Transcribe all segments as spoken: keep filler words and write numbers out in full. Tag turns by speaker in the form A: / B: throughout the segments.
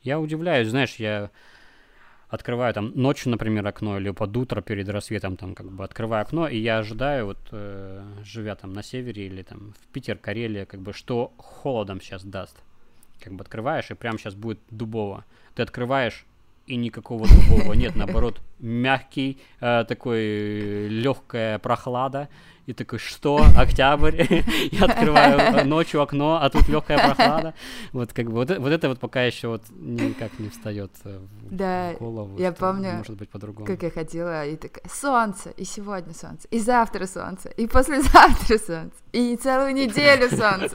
A: Я удивляюсь, знаешь, я открываю там ночью, например, окно, или под утро перед рассветом там как бы открываю окно, и я ожидаю, вот э, живя там на севере или там в Питер, Карелия, как бы что холодом сейчас даст. Как бы открываешь, и прям сейчас будет дубово. Ты открываешь, и никакого дубового нет, наоборот, мягкий, э, такой легкая прохлада. И такой, что? Октябрь? Я открываю ночью окно, а тут легкая прохлада. Вот как бы вот, вот это вот пока еще вот никак не встает в
B: да,
A: голову.
B: Я
A: что
B: помню,
A: может быть по-другому.
B: Как я ходила, и такая, солнце, и сегодня солнце, и завтра солнце, и послезавтра солнце, и целую неделю солнце.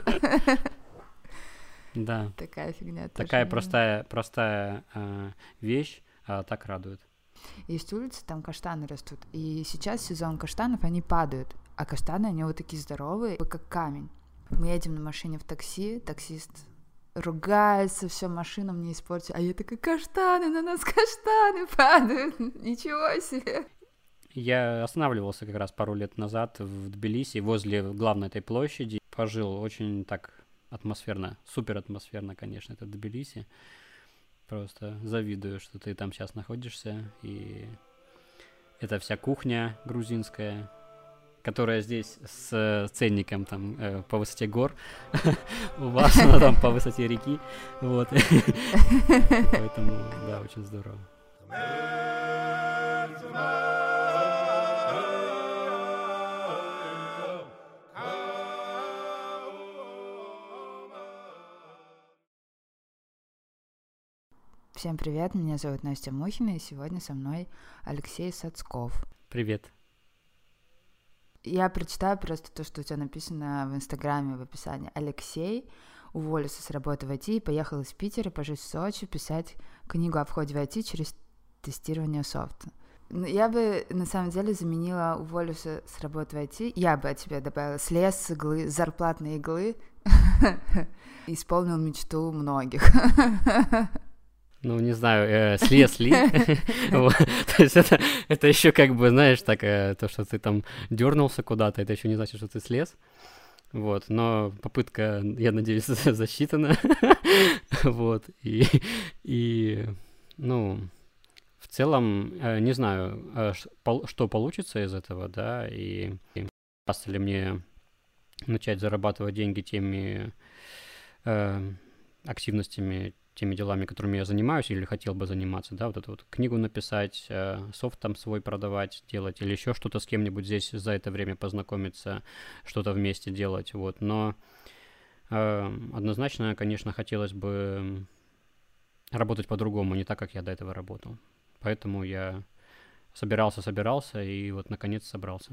A: Да.
B: Такая фигня.
A: Такая простая, простая э, вещь а, так радует.
B: Есть улицы, там каштаны растут, и сейчас сезон каштанов, они падают, а каштаны, они вот такие здоровые, как камень. Мы едем на машине в такси, таксист ругается, все, машина мне испортила, а я такая, каштаны, на нас каштаны падают, ничего себе.
A: Я останавливался как раз пару лет назад в Тбилиси, возле главной этой площади, пожил очень так атмосферно, супер атмосферно, конечно, это Тбилиси. Просто завидую, что ты там сейчас находишься, и это вся кухня грузинская, которая здесь с ценником там э, по высоте гор, у вас она там по высоте реки, вот. Поэтому, да, очень здорово.
B: Всем привет, меня зовут Настя Мухина, и сегодня со мной Алексей Сацков.
A: Привет.
B: Я прочитаю просто то, что у тебя написано в Инстаграме в описании. Алексей уволился с работы в ай ти и поехал из Питера пожить в Сочи, писать книгу о входе в ай ти через тестирование софта. Я бы, на самом деле, заменила уволился с работы в ай ти, я бы от тебя добавила слез с иглы, зарплатные иглы, исполнил мечту многих.
A: Ну, не знаю, э, слез ли. То есть это, это еще как бы, знаешь, так, э, то, что ты там дернулся куда-то, это еще не значит, что ты слез. Вот, но попытка, я надеюсь, засчитана. Вот, и, и, ну, в целом, э, не знаю, э, что получится из этого, да, и удастся ли мне начать зарабатывать деньги теми э, активностями, теми делами, которыми я занимаюсь или хотел бы заниматься, да, вот эту вот книгу написать, э, софт там свой продавать, делать, или еще что-то с кем-нибудь здесь за это время познакомиться, что-то вместе делать, вот, но э, однозначно, конечно, хотелось бы работать по-другому, не так, как я до этого работал, поэтому я собирался-собирался и вот, наконец, собрался.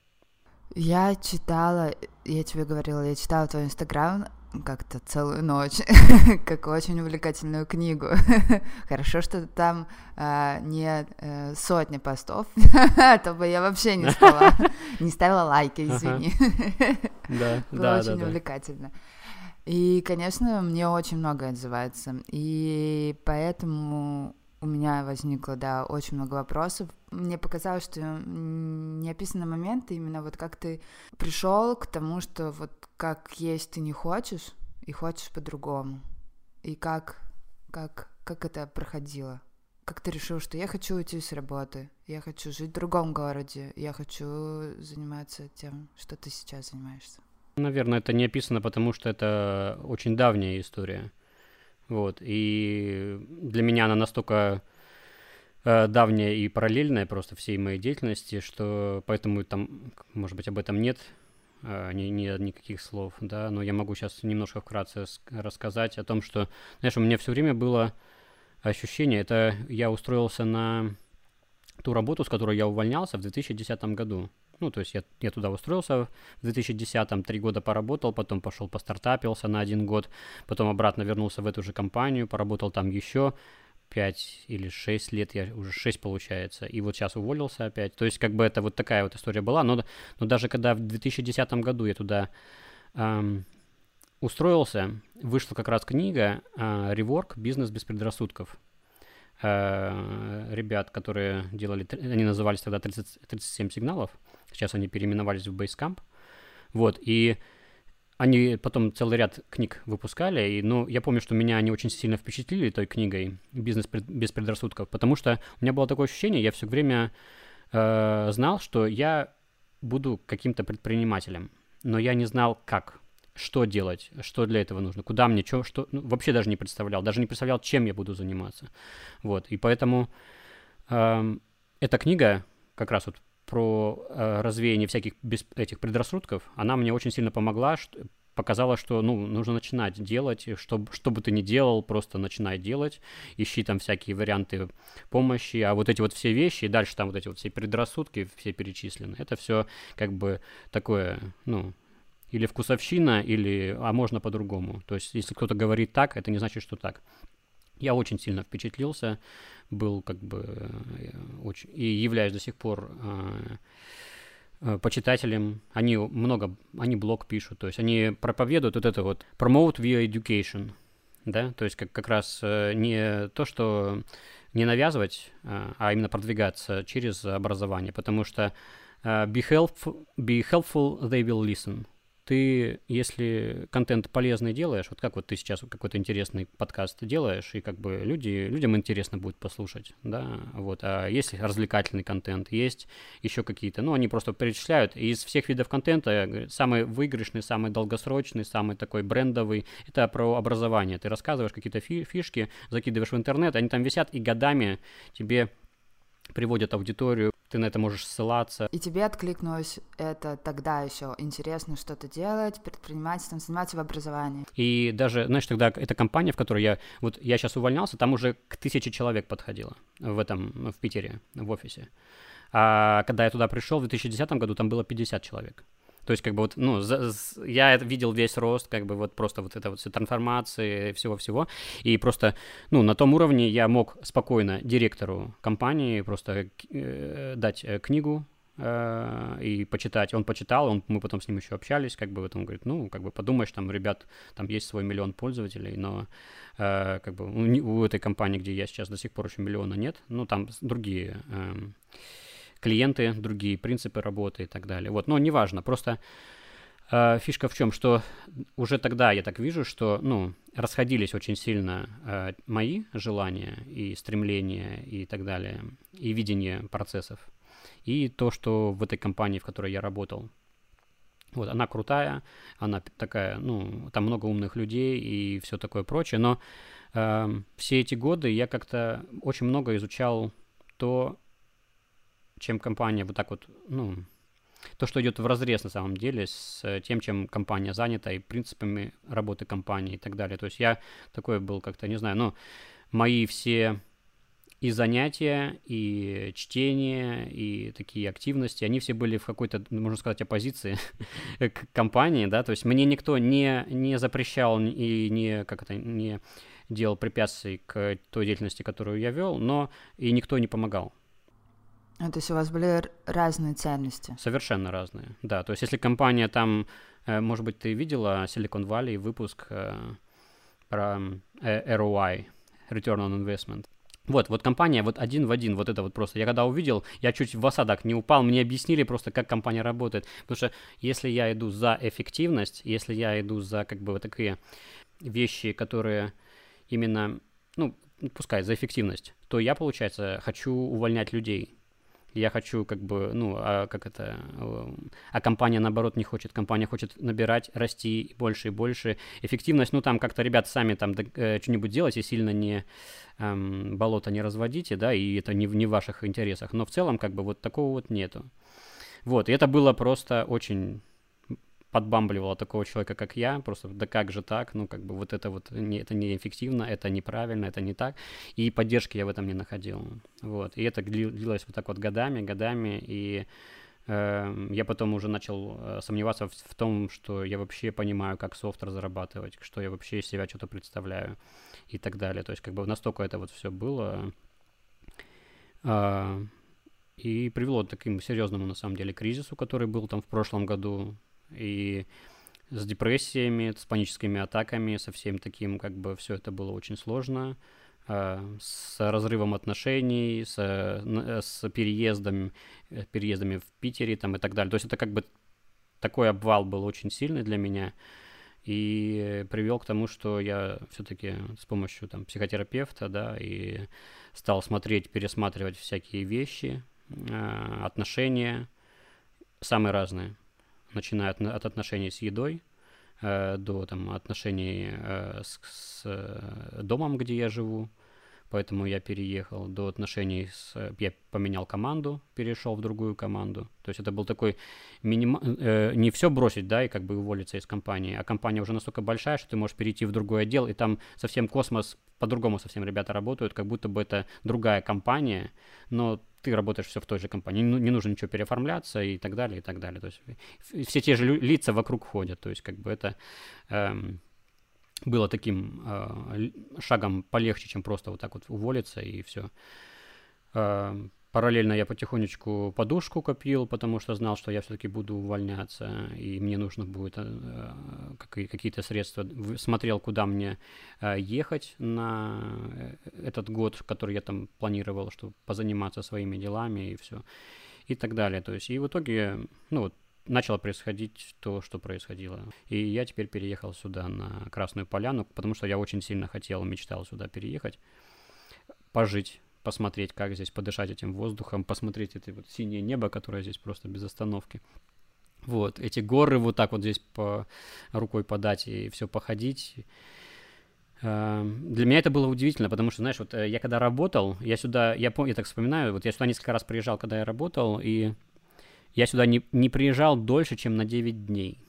B: Я читала, я тебе говорила, я читала твой Инстаграм как-то целую ночь, как очень увлекательную книгу. Хорошо, что там а, не а, сотни постов, а то бы я вообще не спала, не ставила лайки, извини.
A: Да,
B: Было
A: да,
B: очень
A: да,
B: увлекательно. И, конечно, мне очень много отзывается, и поэтому у меня возникло, да, очень много вопросов. Мне показалось, что не описаны моменты, именно вот как ты пришел к тому, что вот как есть ты не хочешь, и хочешь по-другому. И как, как, как это проходило? Как ты решил, что я хочу уйти с работы, я хочу жить в другом городе, я хочу заниматься тем, что ты сейчас занимаешься?
A: Наверное, это не описано, потому что это очень давняя история. Вот, и для меня она настолько э, давняя и параллельная просто всей моей деятельности, что поэтому там, может быть, об этом нет э, ни, ни, никаких слов, да, но я могу сейчас немножко вкратце рассказать о том, что, знаешь, у меня все время было ощущение, это я устроился на ту работу, с которой я увольнялся в две тысячи десятом году. Ну, то есть я, я туда устроился в две тысячи десятом, три года поработал, потом пошел постартапился на один год, потом обратно вернулся в эту же компанию, поработал там еще пять или шесть лет, я уже шесть получается, и вот сейчас уволился опять. То есть как бы это вот такая вот история была, но, но даже когда в две тысячи десятом году я туда эм, устроился, вышла как раз книга э, «Реворк. Бизнес без предрассудков». Ребят, которые делали, они назывались тогда тридцать, тридцать семь сигналов, сейчас они переименовались в Basecamp, вот, и они потом целый ряд книг выпускали, и, ну, я помню, что меня они очень сильно впечатлили той книгой «Бизнес без предрассудков», потому что у меня было такое ощущение, я все время э, знал, что я буду каким-то предпринимателем, но я не знал, как, что делать, что для этого нужно, куда мне, что, что ну, вообще даже не представлял, даже не представлял, чем я буду заниматься. Вот, и поэтому э, эта книга как раз вот про э, развеяние всяких без, этих предрассудков, она мне очень сильно помогла, что, показала, что, ну, нужно начинать делать, что, что бы ты ни делал, просто начинай делать, ищи там всякие варианты помощи, а вот эти вот все вещи, и дальше там вот эти вот все предрассудки, все перечислены, это все как бы такое, ну, или вкусовщина, или, а можно по-другому, то есть если кто-то говорит так, это не значит, что так. Я очень сильно впечатлился, был как бы очень, и являюсь до сих пор э, э, почитателем. Они много, они блог пишут, то есть они проповедуют вот это вот promote via education, да, то есть как, как раз э, не то, что не навязывать, э, а именно продвигаться через образование, потому что э, be helpful, be helpful, they will listen. Ты, если контент полезный делаешь, вот как вот ты сейчас какой-то интересный подкаст делаешь, и как бы люди, людям интересно будет послушать, да, вот, а есть развлекательный контент, есть еще какие-то, ну, они просто перечисляют, и из всех видов контента самый выигрышный, самый долгосрочный, самый такой брендовый, это про образование, ты рассказываешь какие-то фи- фишки, закидываешь в интернет, они там висят, и годами тебе приводят аудиторию, ты на это можешь ссылаться.
B: И тебе откликнулось это тогда еще интересно что-то делать, предпринимательством, заниматься в образовании.
A: И даже, знаешь, тогда эта компания, в которой я, вот я сейчас увольнялся, там уже к тысяче человек подходило в этом, в Питере, в офисе. А когда я туда пришел в две тысячи десятом году, там было пятьдесят человек. То есть, как бы вот, ну, за, за, я видел весь рост, как бы вот просто вот это вот все трансформации, всего-всего, и просто, ну, на том уровне я мог спокойно директору компании просто э, дать э, книгу э, и почитать. Он почитал, он, мы потом с ним еще общались, как бы вот он говорит, ну, как бы подумаешь, там, ребят, там есть свой миллион пользователей, но э, как бы у, у этой компании, где я сейчас, до сих пор еще миллиона нет, ну, там другие... Э, клиенты, другие принципы работы и так далее. Вот, но неважно, просто э, фишка в чем, что уже тогда я так вижу, что, ну, расходились очень сильно э, мои желания и стремления и так далее, и видение процессов, и то, что в этой компании, в которой я работал. Вот, она крутая, она такая, ну, там много умных людей и все такое прочее, но э, все эти годы я как-то очень много изучал то, чем компания вот так вот, ну, то, что идет вразрез на самом деле с тем, чем компания занята, и принципами работы компании и так далее. То есть я такой был как-то, не знаю, ну, мои все и занятия, и чтения, и такие активности, они все были в какой-то, можно сказать, оппозиции к компании, да, то есть мне никто не, не запрещал и не, как это, не делал препятствий к той деятельности, которую я вел, но и никто не помогал.
B: То есть у вас были разные ценности?
A: Совершенно разные, да. То есть если компания там, может быть, ты видела Silicon Valley выпуск про эр о ай, Return on Investment. Вот, вот компания вот один в один, вот это вот просто. Я когда увидел, я чуть в осадок не упал, мне объяснили просто, как компания работает. Потому что если я иду за эффективность, если я иду за как бы вот такие вещи, которые именно, ну, пускай за эффективность, то я, получается, хочу увольнять людей. Я хочу, как бы, ну, а как это, а компания, наоборот, не хочет. Компания хочет набирать, расти больше и больше. Эффективность, ну, там как-то ребята сами там э, что-нибудь делайте, сильно не эм, болото не разводите, да, и это не, не в ваших интересах. Но в целом, как бы, вот такого вот нету. Вот, и это было просто очень... подбамбливало такого человека, как я, просто, да как же так, ну, как бы вот это вот, не, это неэффективно, это неправильно, это не так, и поддержки я в этом не находил, вот, и это длилось вот так вот годами, годами, и э, я потом уже начал э, сомневаться в, в том, что я вообще понимаю, как софт разрабатывать, что я вообще из себя что-то представляю, и так далее, то есть, как бы настолько это вот все было, э, и привело к такому серьезному, на самом деле, кризису, который был там в прошлом году, и с депрессиями, с паническими атаками, со всем таким, как бы, все это было очень сложно, э, с разрывом отношений, с, с переездом, переездами в Питере там, и так далее. То есть это как бы такой обвал был очень сильный для меня, и привел к тому, что я все-таки с помощью там психотерапевта, да, и стал смотреть, пересматривать всякие вещи, э, отношения, самые разные, начиная от, от отношений с едой, э, до там отношений э, с, с э, домом, где я живу, поэтому я переехал, до отношений с... Я поменял команду, перешел в другую команду. То есть это был такой миним... Э, не все бросить, да, и как бы уволиться из компании, а компания уже настолько большая, что ты можешь перейти в другой отдел, и там совсем космос, по-другому совсем ребята работают, как будто бы это другая компания, но ты работаешь все в той же компании, не, не нужно ничего переоформляться и так далее, и так далее. То есть все те же лица вокруг ходят, то есть как бы это... Эм, было таким э, шагом полегче, чем просто вот так вот уволиться и все. Э, параллельно я потихонечку подушку копил, потому что знал, что я все-таки буду увольняться, и мне нужно будет э, какие-то средства. Смотрел, куда мне э, ехать на этот год, который я там планировал, чтобы позаниматься своими делами и все, и так далее. То есть, и в итоге, ну вот, начало происходить то, что происходило. И я теперь переехал сюда, на Красную Поляну, потому что я очень сильно хотел, мечтал сюда переехать, пожить, посмотреть, как здесь, подышать этим воздухом, посмотреть это вот синее небо, которое здесь просто без остановки. Вот, эти горы вот так вот здесь по рукой подать и все походить. Для меня это было удивительно, потому что, знаешь, вот я когда работал, я сюда, я помню, я так вспоминаю, вот я сюда несколько раз приезжал, когда я работал, и я сюда не, не приезжал дольше, чем на девять дней.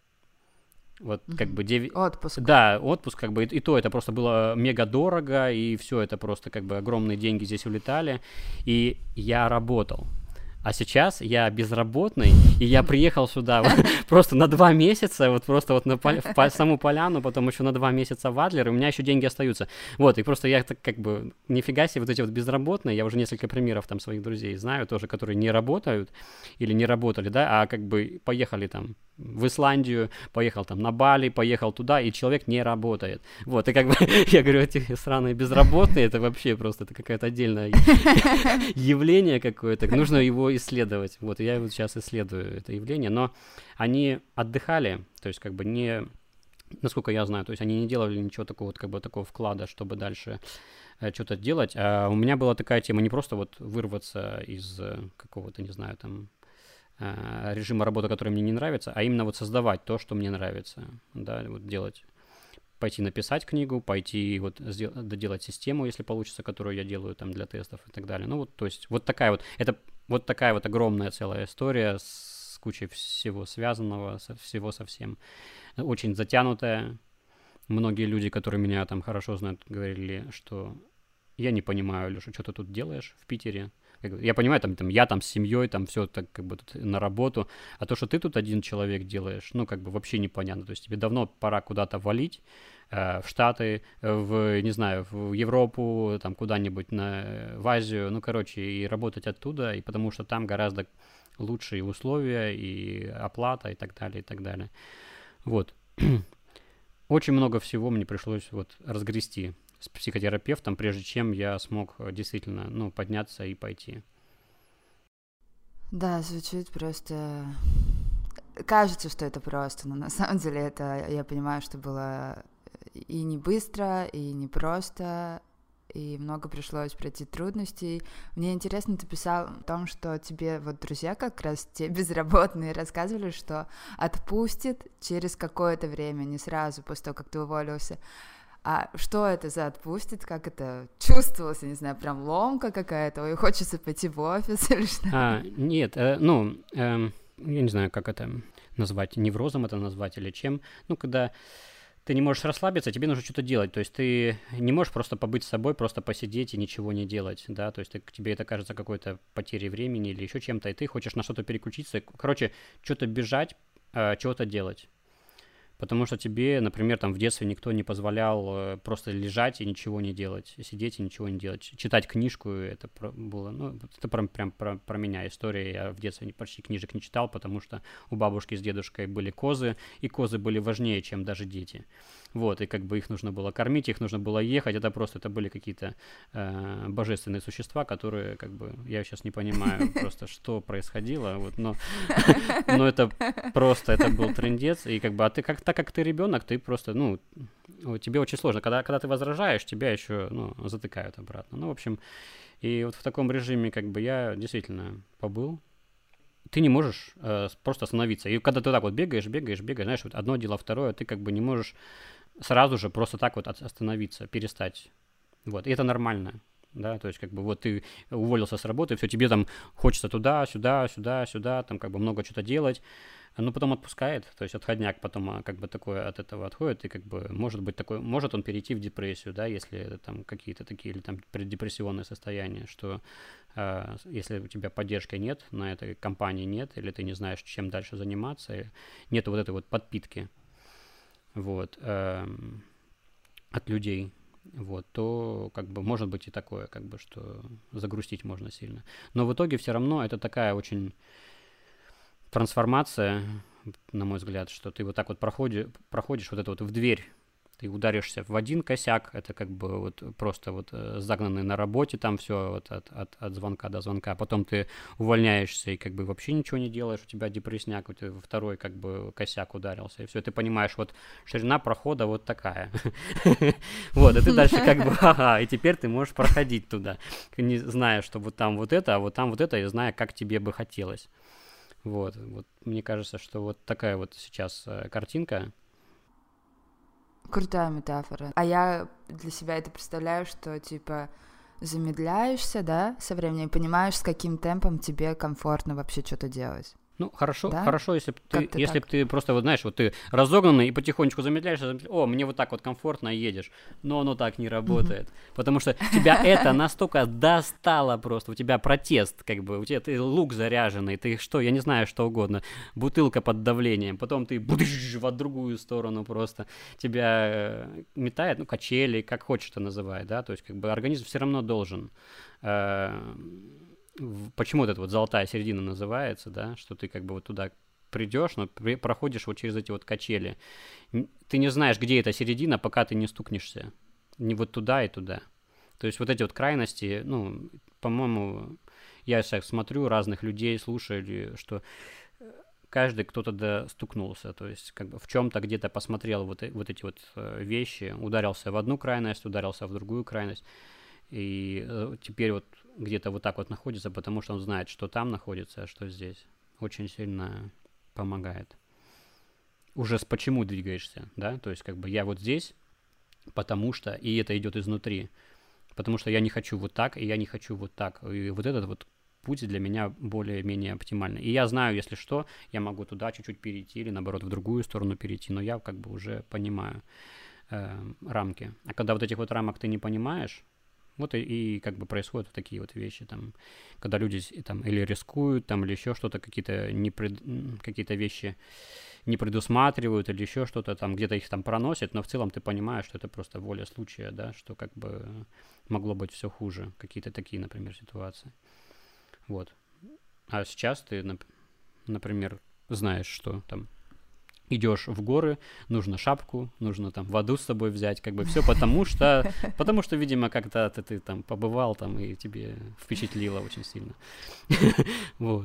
A: Вот mm-hmm. как бы девять...
B: Отпуск.
A: Да, отпуск, как бы, и, и то это просто было мега дорого, и все это просто как бы огромные деньги здесь улетали, и я работал. А сейчас я безработный, и я приехал сюда вот, просто на два месяца, вот просто вот на пол- в саму поляну, потом еще на два месяца в Адлер, и у меня еще деньги остаются. Вот, и просто я так как бы, нифига себе, вот эти вот безработные, я уже несколько примеров там своих друзей знаю тоже, которые не работают или не работали, да, а как бы поехали там в Исландию, поехал там на Бали, поехал туда, и человек не работает. Вот, и как бы, я говорю, эти сраные безработные, это вообще просто, это какое-то отдельное явление какое-то, нужно его исследовать. Вот, и я вот сейчас исследую это явление, но они отдыхали, то есть как бы не, насколько я знаю, то есть они не делали ничего такого, вот, как бы такого вклада, чтобы дальше э, что-то делать, а у меня была такая тема, не просто вот вырваться из э, какого-то, не знаю, там, э, режима работы, который мне не нравится, а именно вот создавать то, что мне нравится, да, вот делать. Пойти написать книгу, пойти вот сдел- доделать систему, если получится, которую я делаю там для тестов и так далее. Ну вот, то есть вот такая вот, это вот такая вот огромная целая история с кучей всего связанного, со, всего совсем. Очень затянутая. Многие люди, которые меня там хорошо знают, говорили, что я не понимаю, Леша, что ты тут делаешь в Питере. Я понимаю, там, там я там с семьей, там все так как бы тут на работу, а то, что ты тут один человек делаешь, ну, как бы вообще непонятно. То есть тебе давно пора куда-то валить, э, в Штаты, в, не знаю, в Европу, там куда-нибудь на, в Азию, ну, короче, и работать оттуда, и потому что там гораздо лучшие условия и оплата и так далее, и так далее. Вот. Очень много всего мне пришлось вот разгрести с психотерапевтом, прежде чем я смог действительно, ну, подняться и пойти.
B: Да, звучит просто... Кажется, что это просто, но на самом деле это, я понимаю, что было и не быстро, и не просто, и много пришлось пройти трудностей. Мне интересно, ты писал о том, что тебе вот друзья, как раз те безработные, рассказывали, что отпустит через какое-то время, не сразу после того, как ты уволился. А что это за отпустит? Как это чувствовалось? Я не знаю, прям ломка какая-то? Ой, хочется пойти в офис или что?
A: А, нет, э, ну, э, я не знаю, как это назвать, неврозом это назвать или чем. Ну, когда ты не можешь расслабиться, тебе нужно что-то делать. То есть ты не можешь просто побыть с собой, просто посидеть и ничего не делать, да. То есть ты, тебе это кажется какой-то потерей времени или еще чем-то, и ты хочешь на что-то переключиться. Короче, что-то бежать, э, чего-то делать. Потому что тебе, например, там в детстве никто не позволял э, просто лежать и ничего не делать, сидеть и ничего не делать. Читать книжку, это про, было, ну, это прям, прям про, про меня история. Я в детстве почти книжек не читал, потому что у бабушки с дедушкой были козы, и козы были важнее, чем даже дети. вот, и как бы их нужно было кормить, их нужно было ехать, это просто, это были какие-то э, божественные существа, которые, как бы, я сейчас не понимаю просто, что происходило, вот, но, но это просто, это был трындец, и как бы, а ты, как, так как ты ребенок, ты просто, ну, тебе очень сложно, когда, когда ты возражаешь, тебя еще, ну, затыкают обратно, ну, в общем, и вот в таком режиме, как бы, я действительно побыл. Ты не можешь э, просто остановиться. И когда ты так вот бегаешь, бегаешь, бегаешь, знаешь, вот одно дело, второе, ты как бы не можешь сразу же просто так вот остановиться, перестать. Вот, и это нормально, да, то есть как бы вот ты уволился с работы, все, тебе там хочется туда, сюда, сюда, сюда, там как бы много что-то делать, но потом отпускает, то есть отходняк потом как бы такое от этого отходит, и как бы может быть такой, может он перейти в депрессию, да, если там какие-то такие или там преддепрессионные состояния, что э, если у тебя поддержки нет, на этой компании нет, или ты не знаешь, чем дальше заниматься, нет вот этой вот подпитки, вот, э, от людей, вот, то как бы может быть и такое, как бы, что загрустить можно сильно. Но в итоге все равно это такая очень трансформация, на мой взгляд, что ты вот так вот проходи, проходишь вот это вот в дверь, ты ударишься в один косяк, это как бы вот просто вот загнанный на работе, там все вот от, от, от звонка до звонка, потом ты увольняешься и как бы вообще ничего не делаешь, у тебя депрессняк, у тебя второй как бы косяк ударился, и все, ты понимаешь, вот ширина прохода вот такая, вот, и ты дальше как бы, ага, и теперь ты можешь проходить туда, не зная, что вот там вот это, а вот там вот это, и зная, как тебе бы хотелось. Вот, вот, мне кажется, что вот такая вот сейчас э, картинка.
B: Крутая метафора. А я для себя это представляю, что, типа, замедляешься, да, со временем, и понимаешь, с каким темпом тебе комфортно вообще что-то делать.
A: Ну, хорошо,
B: да?
A: хорошо, если бы ты, если б ты просто, вот знаешь, вот ты разогнанный и потихонечку замедляешься, замедляешься, о, мне вот так вот комфортно, едешь, но оно так не работает, mm-hmm. потому что тебя это настолько достало просто, у тебя протест, как бы, у тебя ты лук заряженный, ты что, я не знаю, что угодно, бутылка под давлением, потом ты будешь в другую сторону просто, тебя метает, ну, качели, как хочешь это называй, да, то есть, как бы, организм все равно должен... Почему вот эта вот золотая середина называется, да, что ты как бы вот туда придешь, но при, проходишь вот через эти вот качели. Ты не знаешь, где эта середина, пока ты не стукнешься. Не вот туда и туда. То есть вот эти вот крайности, ну, по-моему, я сейчас смотрю разных людей, слушаю, что каждый кто-то достукнулся, то есть как бы в чем-то где-то посмотрел вот, вот эти вот вещи, ударился в одну крайность, ударился в другую крайность. И э, теперь вот где-то вот так вот находится, потому что он знает, что там находится, а что здесь. Очень сильно помогает. Уже с почему двигаешься, да? То есть как бы я вот здесь, потому что, и это идет изнутри, потому что я не хочу вот так, и я не хочу вот так. И вот этот вот путь для меня более-менее оптимальный. И я знаю, если что, я могу туда чуть-чуть перейти или наоборот в другую сторону перейти, но я как бы уже понимаю э, рамки. А когда вот этих вот рамок ты не понимаешь, вот и, и как бы происходят вот такие вот вещи, там, когда люди там или рискуют, там, или еще что-то, какие-то, не пред... какие-то вещи не предусматривают, или еще что-то, там, где-то их там проносят, но в целом ты понимаешь, что это просто воля случая, да, что как бы могло быть все хуже, какие-то такие, например, ситуации. Вот. А сейчас ты, например, знаешь, что там идешь в горы, нужно шапку, нужно там воду с собой взять, как бы все потому что, потому что, видимо, когда-то ты там побывал там и тебе впечатлило очень сильно. Вот.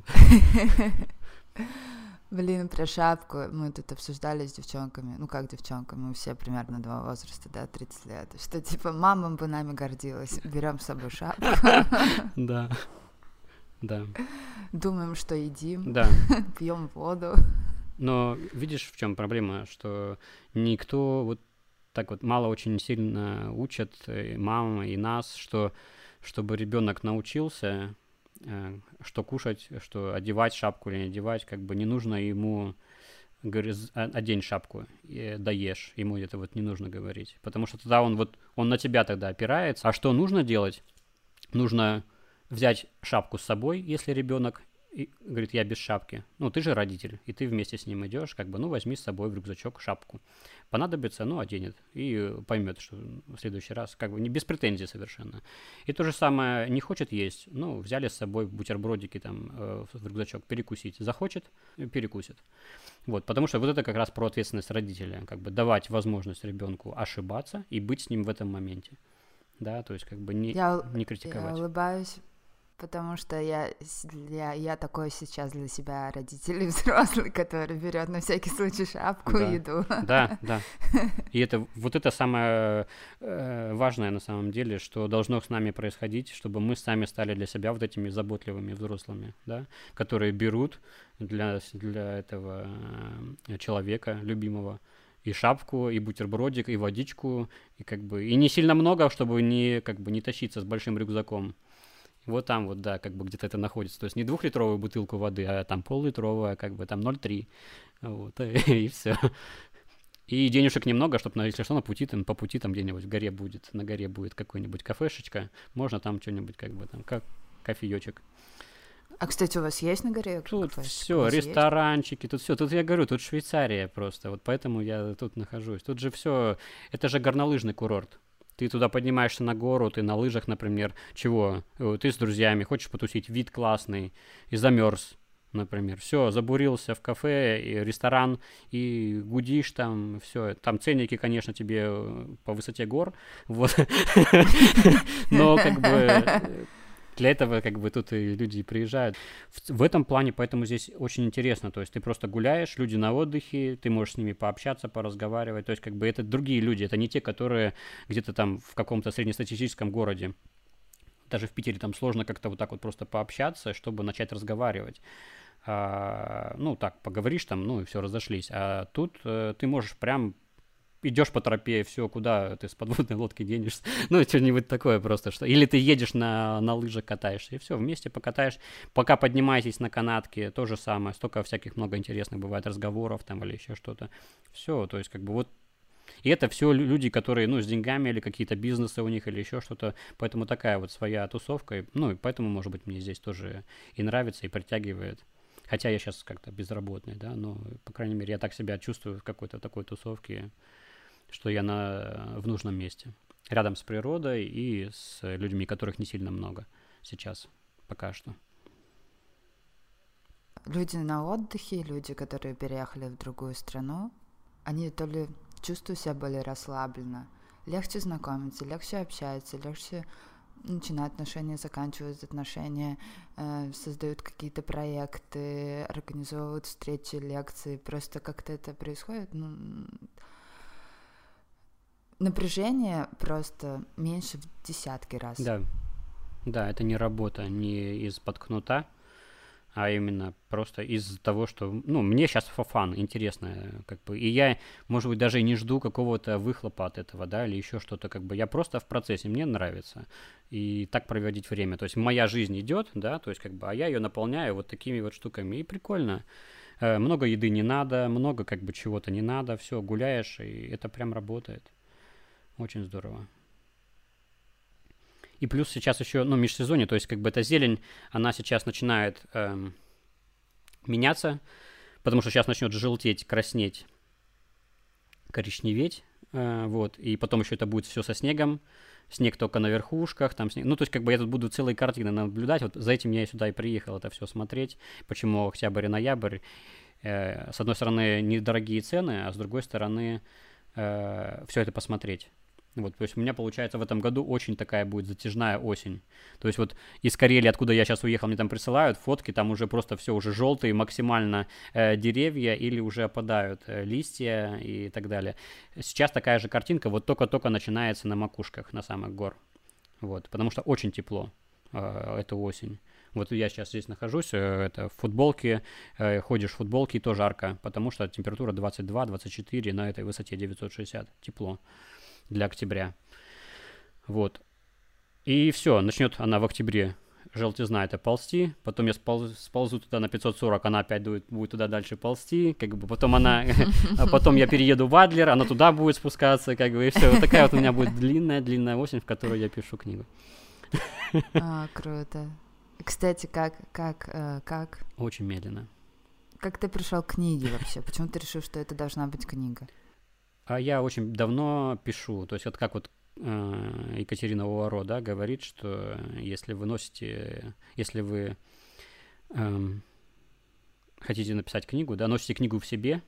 B: Блин, про шапку мы тут обсуждали с девчонками, ну как девчонками, мы все примерно два возраста, да, тридцать лет, что типа мама бы нами гордилась, берем с собой шапку.
A: Да. Да.
B: Думаем, что едим,
A: да.
B: пьем воду.
A: Но видишь, в чем проблема, что никто вот так вот мало очень сильно учат и мама, и нас, что чтобы ребенок научился, э, что кушать, что одевать шапку или не одевать, как бы не нужно ему говорить, одень шапку, и доешь, ему это вот не нужно говорить, потому что тогда он вот, он на тебя тогда опирается. А что нужно делать? Нужно взять шапку с собой, если ребенок и говорит, я без шапки. Ну, ты же родитель, и ты вместе с ним идешь, как бы, ну, возьми с собой в рюкзачок шапку. Понадобится, ну, оденет и поймет, что в следующий раз, как бы, не без претензий совершенно. И то же самое, не хочет есть, ну, взяли с собой бутербродики там э, в рюкзачок, перекусить. Захочет, перекусит. Вот, потому что вот это как раз про ответственность родителя, как бы давать возможность ребенку ошибаться и быть с ним в этом моменте. Да, то есть как бы не,
B: я,
A: не критиковать.
B: Я улыбаюсь, потому что я, я, я такой сейчас для себя родитель и взрослый, который берет на всякий случай шапку
A: да,
B: и еду.
A: Да, да. И это вот это самое э, важное на самом деле, что должно с нами происходить, чтобы мы сами стали для себя вот этими заботливыми взрослыми, да, которые берут для, для этого человека любимого и шапку, и бутербродик, и водичку, и как бы и не сильно много, чтобы не как бы не тащиться с большим рюкзаком. Вот там вот, да, как бы где-то это находится. То есть не двухлитровую бутылку воды, а там пол-литровая, как бы там ноль целых три. Вот, и все. И денежек немного, чтобы, если что, на пути, там, по пути там где-нибудь в горе будет, на горе будет какой-нибудь кафешечка, можно там что-нибудь, как бы там, как кофеечек.
B: А, кстати, у вас есть на горе?
A: Тут все, ресторанчики,
B: есть?
A: тут все. Тут я говорю, тут Швейцария просто. Вот поэтому я тут нахожусь. Тут же все. Это же горнолыжный курорт. Ты туда поднимаешься на гору, ты на лыжах, например. Чего? Ты с друзьями, хочешь потусить, вид классный, и замерз, например. Все, забурился в кафе, и ресторан, и гудишь там, все. Там ценники, конечно, тебе по высоте гор. Вот. Но как бы... Для этого, как бы, тут и люди приезжают. В, в этом плане, поэтому здесь очень интересно. То есть ты просто гуляешь, люди на отдыхе, ты можешь с ними пообщаться, поразговаривать. То есть, как бы, это другие люди, это не те, которые где-то там в каком-то среднестатистическом городе. Даже в Питере там сложно как-то вот так вот просто пообщаться, чтобы начать разговаривать. А, ну, так, поговоришь там, ну, и все, разошлись. А тут э, ты можешь прям... идешь по тропе, все, куда ты с подводной лодки денешься, ну, что-нибудь такое просто, что... Или ты едешь на, на лыжах, катаешься, и все, вместе покатаешь, пока поднимаетесь на канатке, то же самое, столько всяких много интересных бывает разговоров там или еще что-то, все, то есть как бы вот, и это все люди, которые, ну, с деньгами или какие-то бизнесы у них или еще что-то, поэтому такая вот своя тусовка, ну, и поэтому, может быть, мне здесь тоже и нравится, и притягивает. Хотя я сейчас как-то безработный, да, но, по крайней мере, я так себя чувствую в какой-то такой тусовке, что я на, в нужном месте, рядом с природой и с людьми, которых не сильно много сейчас, пока что.
B: Люди на отдыхе, люди, которые переехали в другую страну, они то ли чувствуют себя более расслабленно, легче знакомиться, легче общаются, легче начинают отношения, заканчивают отношения, э, создают какие-то проекты, организовывают встречи, лекции, просто как-то это происходит, ну... Напряжение просто меньше в десятки раз.
A: Да, да, это не работа не из-под кнута, а именно просто из-за того, что, ну, мне сейчас фан, интересно, как бы, и я, может быть, даже и не жду какого-то выхлопа от этого, да, или еще что-то, как бы, я просто в процессе, мне нравится, и так проводить время, то есть моя жизнь идет, да, то есть, как бы, а я ее наполняю вот такими вот штуками, и прикольно, э, много еды не надо, много, как бы, чего-то не надо, все, гуляешь, и это прям работает. Очень здорово. И плюс сейчас еще, ну, межсезонье, то есть как бы эта зелень, она сейчас начинает эм, меняться, потому что сейчас начнет желтеть, краснеть, коричневеть, э, вот, и потом еще это будет все со снегом, снег только на верхушках, там снег, ну, то есть как бы я тут буду целые картины наблюдать, вот за этим я и сюда и приехал это все смотреть, почему октябрь и ноябрь, э, с одной стороны, недорогие цены, а с другой стороны, э, все это посмотреть. Вот, то есть у меня, получается, в этом году очень такая будет затяжная осень. То есть вот из Карелии, откуда я сейчас уехал, мне там присылают фотки, там уже просто все уже желтые максимально э, деревья или уже опадают э, листья и так далее. Сейчас такая же картинка, вот только-только начинается на макушках, на самых гор. Вот, потому что очень тепло э, эту осень. Вот я сейчас здесь нахожусь, э, это в футболке, э, ходишь в футболке, и то жарко, потому что температура двадцать два - двадцать четыре на этой высоте девятьсот шестьдесят, тепло. Для октября. Вот. И все, начнет она в октябре, желтизна это ползти, потом я сполз, сползу туда на пятьсот сорок, она опять будет, будет туда дальше ползти, как бы потом она, а потом я перееду в Адлер, она туда будет спускаться, как бы, и все. Вот такая вот у меня будет длинная-длинная осень, в которой я пишу книгу.
B: А, круто. Кстати, как, как, э, как?
A: Очень медленно.
B: Как ты пришел к книге вообще? Почему ты решил, что это должна быть книга?
A: А я очень давно пишу, то есть вот как вот э, Екатерина Уаро, да, говорит, что если вы носите, если вы эм, хотите написать книгу, да, носите книгу в себе,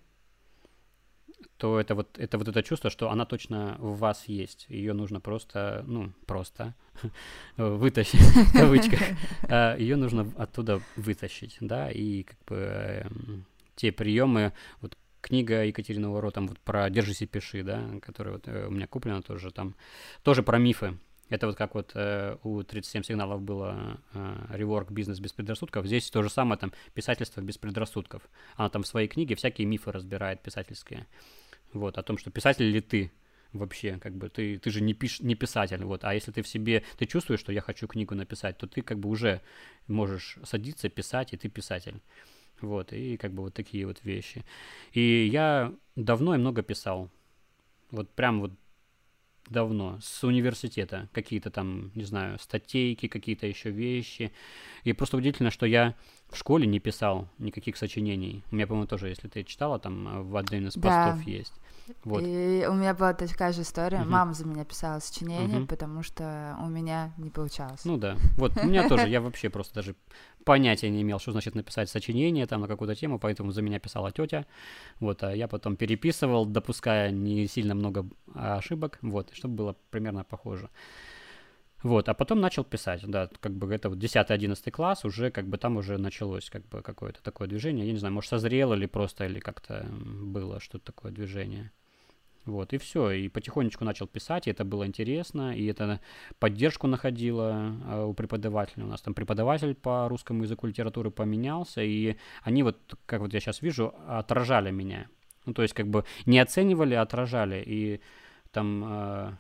A: то это вот, это вот это чувство, что она точно в вас есть. Ее нужно просто, ну, просто вытащить, в кавычках. Ее нужно оттуда вытащить, да, и как бы эм, те приемы, вот книга Екатерины Уаро, там вот про «Держись и пиши», да, которая вот э, у меня куплена тоже, там тоже про мифы. Это вот как вот э, у тридцать семь сигналов было э, реворк «Бизнес без предрассудков». Здесь то же самое, там, писательство без предрассудков. Она там в своей книге всякие мифы разбирает писательские. Вот, о том, что писатель ли ты вообще, как бы, ты, ты же не, пиш, не писатель, вот, а если ты в себе, ты чувствуешь, что я хочу книгу написать, то ты как бы уже можешь садиться, писать, и ты писатель. Вот, и как бы вот такие вот вещи. И я давно и много писал. Вот прям вот давно, с университета. Какие-то там, не знаю, статейки, какие-то еще вещи. И просто удивительно, что я в школе не писал никаких сочинений. У меня, по-моему, тоже, если ты читала, там в один из
B: Да.
A: постов есть. Вот.
B: И у меня была такая же история.
A: Мгм.
B: Мама за меня писала сочинение,
A: Мгм.
B: потому что у меня не получалось.
A: Ну да. Вот у меня тоже, я вообще просто даже понятия не имел, что значит написать сочинение там на какую-то тему, поэтому за меня писала тетя. Вот, а я потом переписывал, допуская не сильно много ошибок, вот, чтобы было примерно похоже. Вот, а потом начал писать, да, как бы это вот десятый-одиннадцатый класс, уже как бы там уже началось как бы какое-то такое движение, я не знаю, может, созрело или просто, или как-то было что-то такое движение. Вот, и все, и потихонечку начал писать, и это было интересно, и это поддержку находило э, у преподавателя. У нас там преподаватель по русскому языку литературы поменялся, и они вот, как вот я сейчас вижу, отражали меня. Ну, то есть как бы не оценивали, а отражали, и там... Э,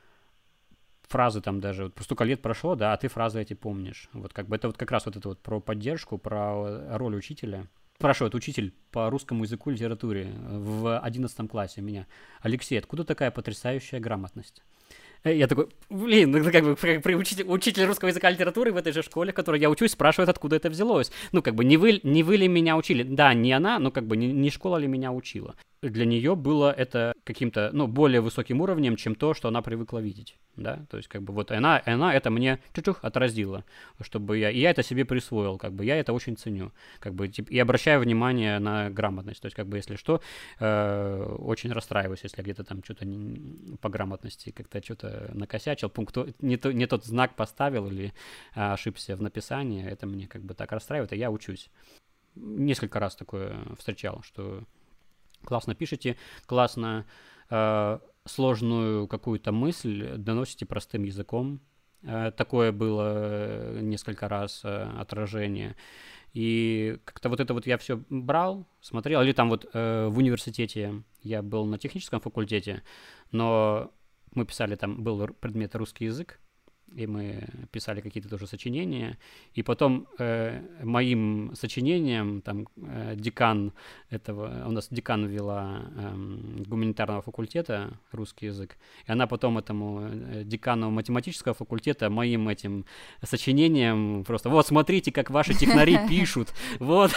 A: фразы там даже, вот столько лет прошло, да, а ты фразы эти помнишь. Вот как бы это вот как раз вот это вот про поддержку, про роль учителя. Спрашивает учитель по русскому языку и литературе в одиннадцатом классе меня: Алексей, откуда такая потрясающая грамотность? Я такой, блин, ну это как бы при учитель, учитель русского языка и литературы в этой же школе, в которой я учусь, спрашивает, откуда это взялось. Ну, как бы не вы, не вы ли меня учили? Да, не она, но как бы не, не школа ли меня учила. Для нее было это каким-то, ну, более высоким уровнем, чем то, что она привыкла видеть, да, то есть как бы вот она, она это мне чуть-чуть отразила, чтобы я, и я это себе присвоил, как бы я это очень ценю, как бы, и обращаю внимание на грамотность, то есть как бы если что, э, очень расстраиваюсь, если я где-то там что-то не, по грамотности как-то что-то накосячил, пункт, не, то, не тот знак поставил или а, ошибся в написании, это мне как бы так расстраивает, и я учусь. Несколько раз такое встречал, что классно пишете, классно э, сложную какую-то мысль доносите простым языком. Э, такое было несколько раз э, отражение. И как-то вот это вот я все брал, смотрел. Или там вот э, в университете я был на техническом факультете, но мы писали, там был предмет русский язык, и мы писали какие-то тоже сочинения, и потом э, моим сочинением там э, декан этого, у нас декан вела э, гуманитарного факультета русский язык, и она потом этому э, декану математического факультета моим этим сочинением просто, вот смотрите, как ваши технари пишут, вот,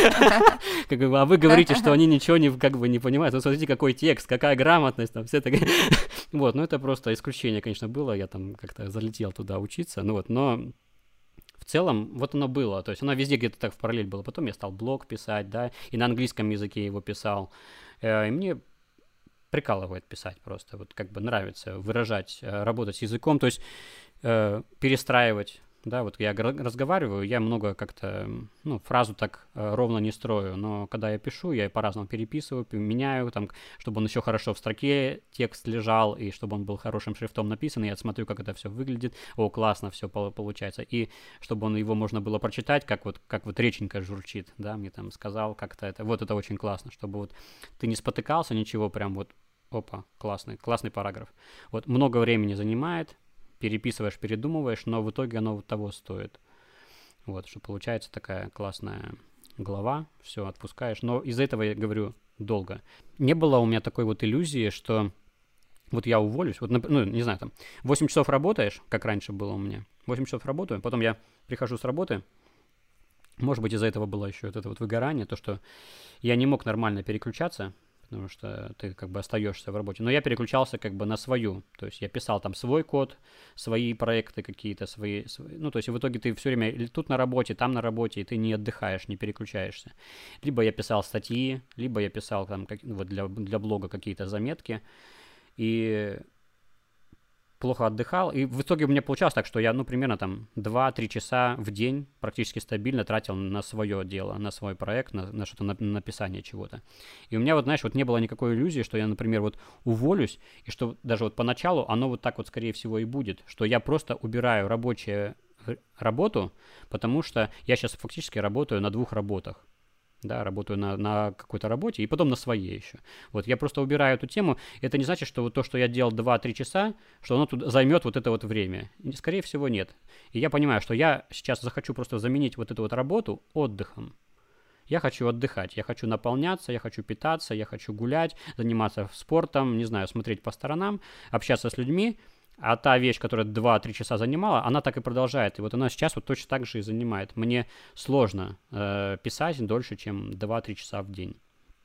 A: а вы говорите, что они ничего не, как бы, не понимают, вот смотрите, какой текст, какая грамотность, там все так, вот, ну это просто исключение, конечно, было, я там как-то залетел туда учиться, ну вот, но в целом вот оно было, то есть оно везде где-то так в параллель было. Потом я стал блог писать, да, и на английском языке его писал, и мне прикалывает писать просто, вот как бы нравится выражать, работать с языком, то есть перестраивать. Да, вот я разговариваю, я много как-то, ну, фразу так э, ровно не строю, но когда я пишу, я по-разному переписываю, меняю, там, чтобы он еще хорошо в строке текст лежал, и чтобы он был хорошим шрифтом написан, и я смотрю, как это все выглядит, о, классно все получается, и чтобы он, его можно было прочитать, как вот, как вот реченька журчит, да, мне там сказал как-то это, вот это очень классно, чтобы вот ты не спотыкался, ничего, прям вот, опа, классный, классный параграф. Вот много времени занимает, переписываешь, передумываешь, но в итоге оно того стоит. Вот, что получается такая классная глава, все, отпускаешь. Но из-за этого, я говорю, долго. Не было у меня такой вот иллюзии, что вот я уволюсь, вот, ну, не знаю, там, восемь часов работаешь, как раньше было у меня, восемь часов работаю, потом я прихожу с работы, может быть, из-за этого было еще вот это вот выгорание, то, что я не мог нормально переключаться, потому что ты как бы остаешься в работе. Но я переключался как бы на свою, то есть я писал там свой код, свои проекты какие-то, свои, свои... ну, то есть в итоге ты все время тут на работе, там на работе, и ты не отдыхаешь, не переключаешься. Либо я писал статьи, либо я писал там как... вот для, для блога какие-то заметки, и плохо отдыхал, и в итоге у меня получалось так, что я, ну, примерно там два-три часа в день практически стабильно тратил на свое дело, на свой проект, на, на что-то, на, на написание чего-то. И у меня вот, знаешь, вот не было никакой иллюзии, что я, например, вот уволюсь, и что даже вот поначалу оно вот так вот, скорее всего, и будет, что я просто убираю рабочую работу, потому что я сейчас фактически работаю на двух работах. Да, работаю на, на какой-то работе и потом на своей еще. Вот, я просто убираю эту тему. Это не значит, что вот то, что я делал два-три часа, что оно тут займет вот это вот время. Скорее всего, нет. И я понимаю, что я сейчас захочу просто заменить вот эту вот работу отдыхом. Я хочу отдыхать, я хочу наполняться, я хочу питаться, я хочу гулять, заниматься спортом, не знаю, смотреть по сторонам, общаться с людьми. А та вещь, которая два-три часа занимала, она так и продолжает. И вот она сейчас вот точно так же и занимает. Мне сложно э, писать дольше, чем два-три часа в день.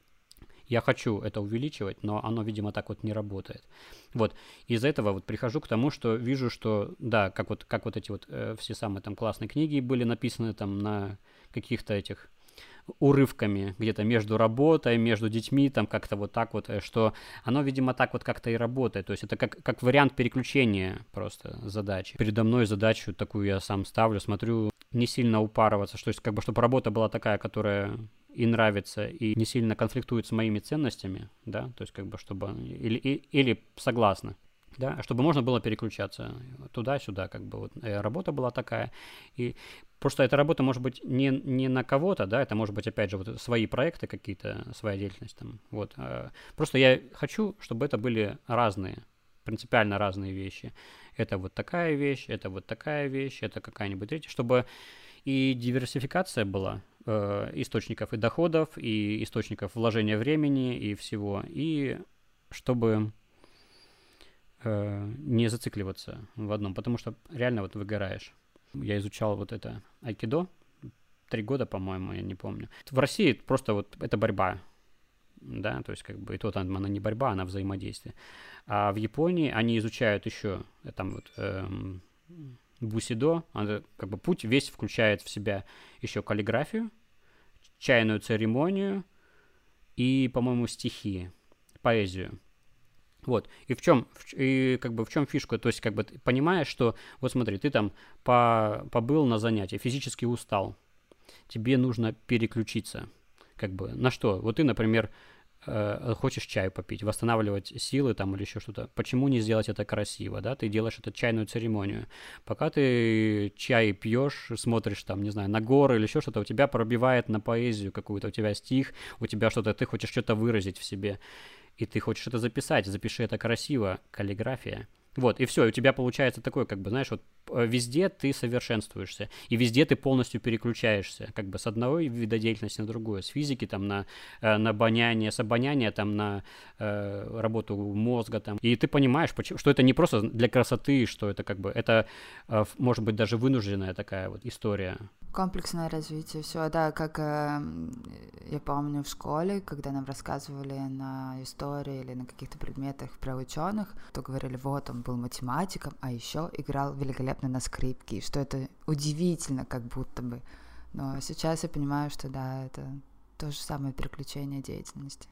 A: Я хочу это увеличивать, но оно, видимо, так вот не работает. Вот. Из-за этого вот прихожу к тому, что вижу, что, да, как вот, как вот эти вот э, все самые там классные книги были написаны там на каких-то этих урывками где-то между работой, между детьми, там как-то вот так вот, что оно, видимо, так вот как-то и работает. То есть это как, как вариант переключения просто задачи. Передо мной задачу такую я сам ставлю, смотрю, не сильно упарываться, что есть как бы, чтобы работа была такая, которая и нравится, и не сильно конфликтует с моими ценностями, да, то есть как бы, чтобы, или, и, или согласна. Да, чтобы можно было переключаться туда-сюда, как бы вот работа была такая. И просто эта работа может быть не, не на кого-то, да, это может быть, опять же, вот свои проекты какие-то, своя деятельность там, вот. Просто я хочу, чтобы это были разные, принципиально разные вещи. Это вот такая вещь, это вот такая вещь, это какая-нибудь третья, чтобы и диверсификация была э, источников и доходов, и источников вложения времени, и всего, и чтобы не зацикливаться в одном, потому что реально вот выгораешь. Я изучал вот это айкидо, три года, по-моему, я не помню. В России просто вот это борьба, да, то есть как бы и то там она не борьба, она взаимодействие. А в Японии они изучают еще там вот эм, бусидо, она, как бы путь весь включает в себя еще каллиграфию, чайную церемонию и, по-моему, стихи, поэзию. Вот, и в чем, и как бы в чем фишка, то есть как бы ты понимаешь, что, вот смотри, ты там по, побыл на занятии, физически устал, тебе нужно переключиться, как бы, на что? Вот ты, например, э, хочешь чай попить, восстанавливать силы там или еще что-то, почему не сделать это красиво, да, ты делаешь эту чайную церемонию, пока ты чай пьешь, смотришь там, не знаю, на горы или еще что-то, у тебя пробивает на поэзию какую-то, у тебя стих, у тебя что-то, ты хочешь что-то выразить в себе, и ты хочешь это записать, запиши это красиво, каллиграфия. Вот, и все, и у тебя получается такое, как бы, знаешь, вот везде ты совершенствуешься, и везде ты полностью переключаешься, как бы с одного вида деятельности на другое, с физики там на, на обоняние, с обоняния там на э, работу мозга там, и ты понимаешь, почему, что это не просто для красоты, что это как бы, это э, может быть даже вынужденная такая вот история.
B: Комплексное развитие, все, да, как э, я помню в школе, когда нам рассказывали на истории или на каких-то предметах про ученых, то говорили, вот он был математиком, а еще играл великолепно на скрипке, и что это удивительно, как будто бы. Но сейчас я понимаю, что да, это то же самое переключение деятельности.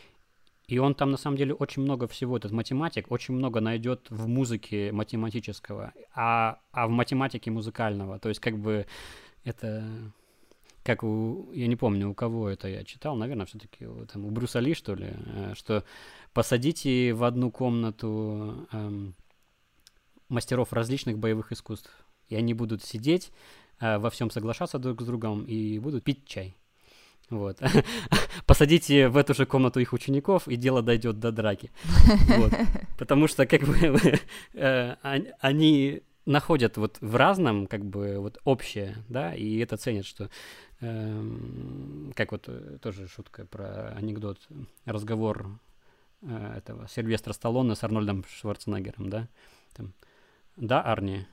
A: И он там, на самом деле, очень много всего, этот математик, очень много найдет в музыке математического, а, а в математике музыкального. То есть, как бы, это, как у, я не помню, у кого это я читал, наверное, все-таки там, у Брюса Ли, что ли, что посадите в одну комнату эм, мастеров различных боевых искусств, и они будут сидеть, э, во всем соглашаться друг с другом и будут пить чай. Вот. Посадите в эту же комнату их учеников, и дело дойдет до драки. Вот. Потому что, как бы, э, они находят вот в разном, как бы, вот общее, да, и это ценят, что, э, как вот тоже шутка про анекдот, разговор э, этого Сильвестра Сталлоне с Арнольдом Шварценеггером, да, там, да, Арни,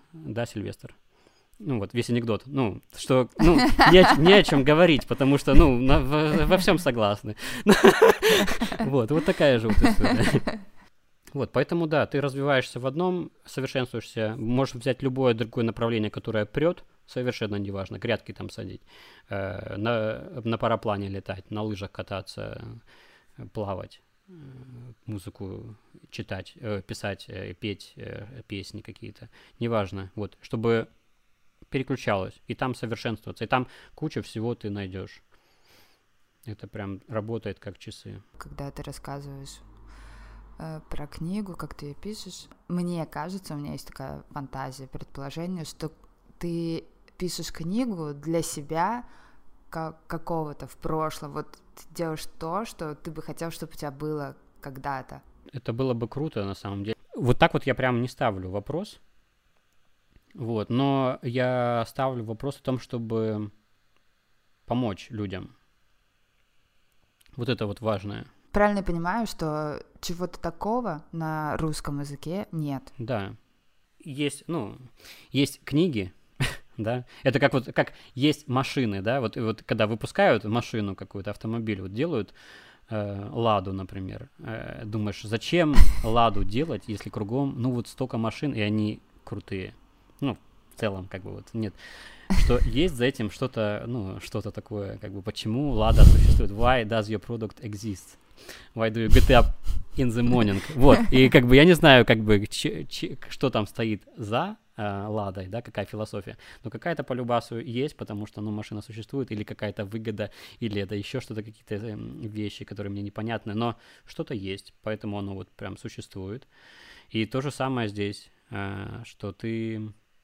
A: да, Сильвестр? Ну вот, весь анекдот, ну, что, ну, не о, не о чем говорить, потому что, ну, на, во, во всем согласны. Вот, вот такая же вот история. Вот, поэтому, да, ты развиваешься в одном, совершенствуешься, можешь взять любое другое направление, которое прет, совершенно неважно, грядки там садить, э, на, на параплане летать, на лыжах кататься, плавать, э, музыку читать, э, писать, э, петь э, песни какие-то, неважно, вот, чтобы переключалось, и там совершенствоваться, и там куча всего ты найдешь. Это прям работает как часы.
B: Когда ты рассказываешь э, про книгу, как ты ее пишешь, мне кажется, у меня есть такая фантазия, предположение, что ты пишешь книгу для себя как какого-то в прошлом, вот ты делаешь то, что ты бы хотел, чтобы у тебя было когда-то.
A: Это было бы круто, на самом деле. Вот так вот я прям не ставлю вопрос, вот, но я ставлю вопрос о том, чтобы помочь людям. Вот это вот важное.
B: Правильно я понимаю, что чего-то такого на русском языке нет?
A: Да. Есть, ну, есть книги, да, это как вот, как есть машины, да, вот, вот когда выпускают машину какую-то, автомобиль, вот делают э, Ладу, например, э, думаешь, зачем Ладу делать, если кругом, ну, вот столько машин, и они крутые, ну, в целом, как бы вот, нет, что есть за этим что-то, ну, что-то такое, как бы, почему Лада существует, why does your product exist, why do you get up in the morning, вот, и как бы я не знаю, как бы, ч- ч- что там стоит за Ладой, да, какая философия. Но какая-то по любасу есть, потому что, ну, машина существует, или какая-то выгода, или это еще что-то, какие-то э, вещи, которые мне непонятны, но что-то есть, поэтому оно вот прям существует. И то же самое здесь, э, что ты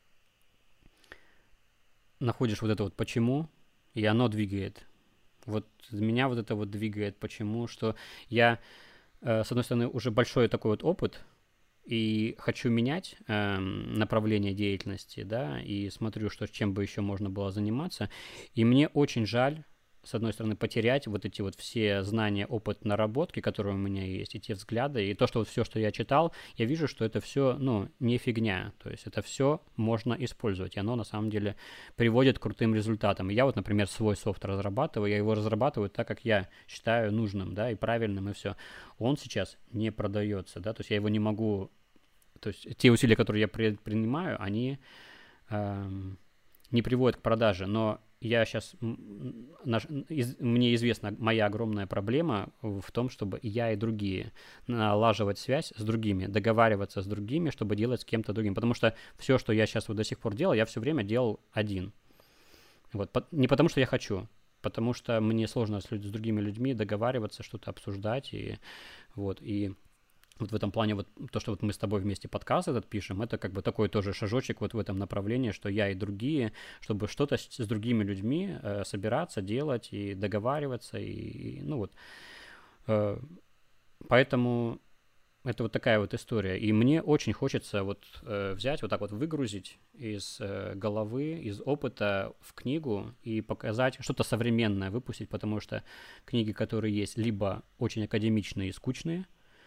A: находишь вот это вот почему, и оно двигает. Вот меня вот это вот двигает почему, что я, э, с одной стороны, уже большой такой вот опыт, и хочу менять э, направление деятельности, да, и смотрю, что чем бы еще можно было заниматься, и мне очень жаль, с одной стороны, потерять вот эти вот все знания, опыт наработки, которые у меня есть, и те взгляды, и то, что вот все, что я читал, я вижу, что это все, ну, не фигня, то есть это все можно использовать, и оно на самом деле приводит к крутым результатам. И я вот, например, свой софт разрабатываю, я его разрабатываю так, как я считаю нужным, да, и правильным, и все. Он сейчас не продается, да, то есть я его не могу, то есть те усилия, которые я предпринимаю, они эм, не приводят к продаже, но я сейчас, наш, из, мне известна моя огромная проблема в том, чтобы я и другие налаживать связь с другими, договариваться с другими, чтобы делать с кем-то другим, потому что все, что я сейчас вот до сих пор делал, я все время делал один. Вот, по, не потому что я хочу, потому что мне сложно с, с другими людьми договариваться, что-то обсуждать, и вот, и вот в этом плане вот то, что вот мы с тобой вместе подкаст этот пишем, это как бы такой тоже шажочек вот в этом направлении, что я и другие, чтобы что-то с, с другими людьми э, собираться, делать и договариваться, и, и ну вот, э, поэтому это вот такая вот история, и мне очень хочется вот э, взять, вот так вот выгрузить из э, головы, из опыта в книгу и показать что-то современное, выпустить, потому что книги, которые есть, либо очень академичные и скучные,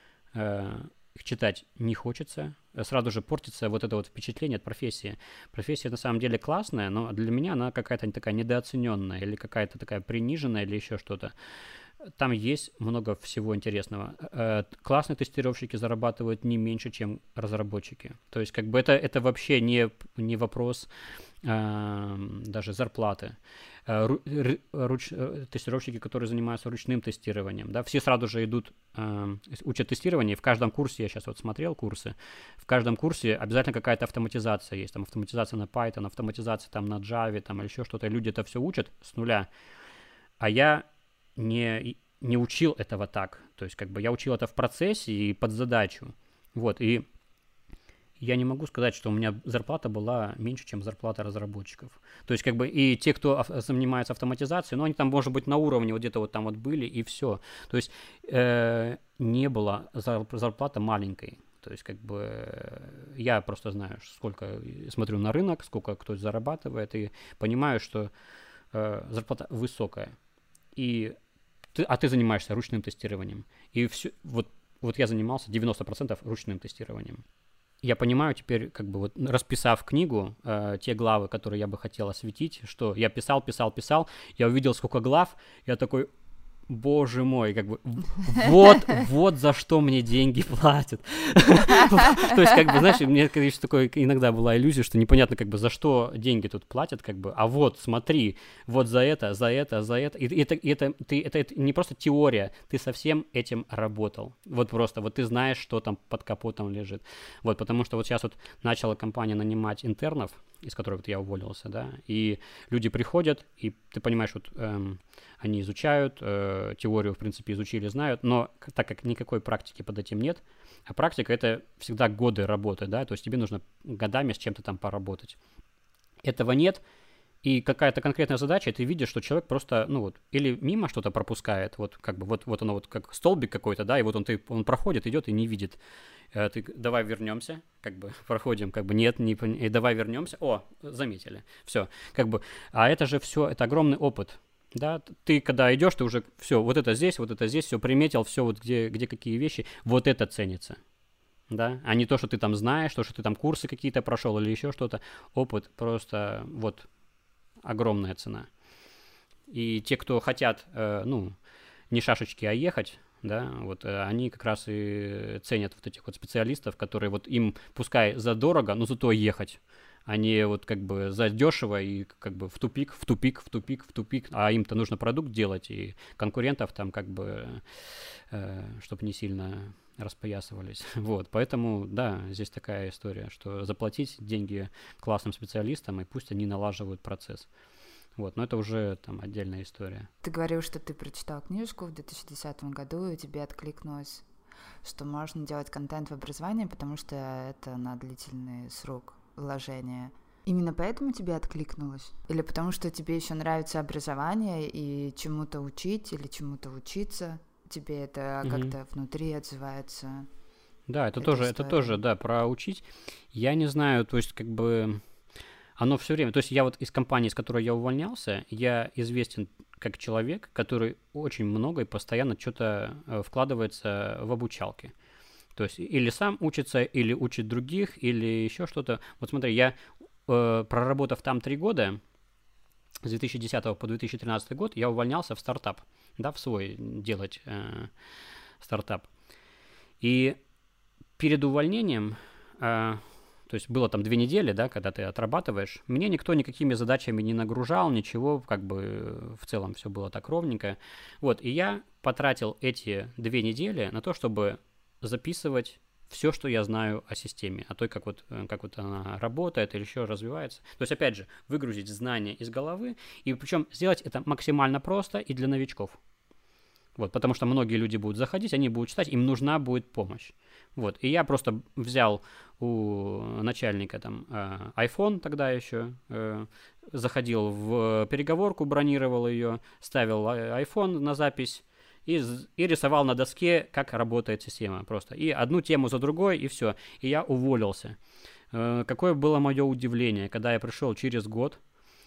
A: их читать не хочется, сразу же портится вот это вот впечатление от профессии. Профессия на самом деле классная, но для меня она какая-то такая недооцененная или какая-то такая приниженная или еще что-то. Там есть много всего интересного. Классные тестировщики зарабатывают не меньше, чем разработчики. То есть как бы это, это вообще не, не вопрос э, даже зарплаты. Руч, тестировщики, которые занимаются ручным тестированием, да, все сразу же идут, э, учат тестирование, в каждом курсе, я сейчас вот смотрел курсы, в каждом курсе обязательно какая-то автоматизация есть, там автоматизация на Python, автоматизация там на Java, там или еще что-то, люди это все учат с нуля, а я не, не учил этого так, то есть как бы я учил это в процессе и под задачу, вот, и я не могу сказать, что у меня зарплата была меньше, чем зарплата разработчиков. То есть, как бы, и те, кто занимается автоматизацией, ну, они там, может быть, на уровне вот где-то вот там вот были, и все. То есть, э, не было зарплата маленькой. То есть, как бы, я просто знаю, сколько смотрю на рынок, сколько кто зарабатывает, и понимаю, что э, зарплата высокая. И ты, а ты занимаешься ручным тестированием. И все, вот, вот я занимался девяносто процентов ручным тестированием. я понимаю теперь, как бы вот расписав книгу, э, те главы, которые я бы хотел осветить, что я писал, писал, писал, я увидел сколько глав, я такой, боже мой, как бы, вот, вот за что мне деньги платят. То есть, как бы, знаешь, у меня, конечно, такое иногда была иллюзия, что непонятно, как бы, за что деньги тут платят, как бы, а вот, смотри, вот за это, за это, за это. И это, и это, ты, это, это не просто теория, ты со всем этим работал. Вот просто, вот ты знаешь, что там под капотом лежит. Вот, потому что вот сейчас вот начала компания нанимать интернов, из которых вот я уволился, да, и люди приходят, и ты понимаешь, вот эм, они изучают, э, теорию, в принципе, изучили, знают, но так как никакой практики под этим нет, а практика — это всегда годы работы, да, то есть тебе нужно годами с чем-то там поработать. Этого нет, и какая-то конкретная задача, и ты видишь, что человек просто, ну вот, или мимо что-то пропускает, вот как бы, вот, вот оно вот как столбик какой-то, да, и вот он, ты, он проходит, идет и не видит. Э, ты, давай вернемся, как бы, проходим, как бы, нет, не, и давай вернемся, о, заметили, все, как бы, а это же все, это огромный опыт. Да, ты когда идешь, ты уже все, вот это здесь, вот это здесь, все приметил, все вот где, где какие вещи, вот это ценится, да, а не то, что ты там знаешь, то, что ты там курсы какие-то прошел или еще что-то, опыт просто вот огромная цена. И те, кто хотят, э, ну, не шашечки, а ехать, да, вот э, они как раз и ценят вот этих вот специалистов, которые вот им, пускай задорого, но зато ехать. Они вот как бы задешево и как бы в тупик, в тупик, в тупик, в тупик, а им-то нужно продукт делать, и конкурентов там как бы, э, чтобы не сильно распоясывались. Вот, поэтому, да, здесь такая история, что заплатить деньги классным специалистам, и пусть они налаживают процесс. Вот, но это уже там отдельная история.
B: Ты говорил, что ты прочитал книжку в две тысячи десятом году, и тебе откликнулось, что можно делать контент в образовании, потому что это на длительный срок вложения. Именно поэтому тебе откликнулось? Или потому что тебе еще нравится образование и чему-то учить или чему-то учиться? Тебе это mm-hmm. как-то внутри отзывается?
A: Да, это тоже, это тоже, да, про учить. Я не знаю, то есть как бы оно все время... То есть я вот из компании, из которой я увольнялся, я известен как человек, который очень много и постоянно что-то э, вкладывается в обучалки. То есть или сам учится, или учит других, или еще что-то. Вот смотри, я, э, проработав там три года, с две тысячи десятого по две тысячи тринадцатый год, я увольнялся в стартап, да, в свой делать э, стартап. И перед увольнением, э, то есть было там две недели, да, когда ты отрабатываешь, мне никто никакими задачами не нагружал, ничего, как бы в целом все было так ровненько. Вот, и я потратил эти две недели на то, чтобы записывать все, что я знаю о системе, о той, как вот, как вот она работает или еще развивается. То есть, опять же, выгрузить знания из головы, и причем сделать это максимально просто и для новичков. Вот, потому что многие люди будут заходить, они будут читать, им нужна будет помощь. Вот, и я просто взял у начальника там iPhone тогда еще, заходил в переговорку, бронировал ее, ставил iPhone на запись, И, и рисовал на доске, как работает система просто. И одну тему за другой, и все. И я уволился. Э, какое было мое удивление, когда я пришел через год,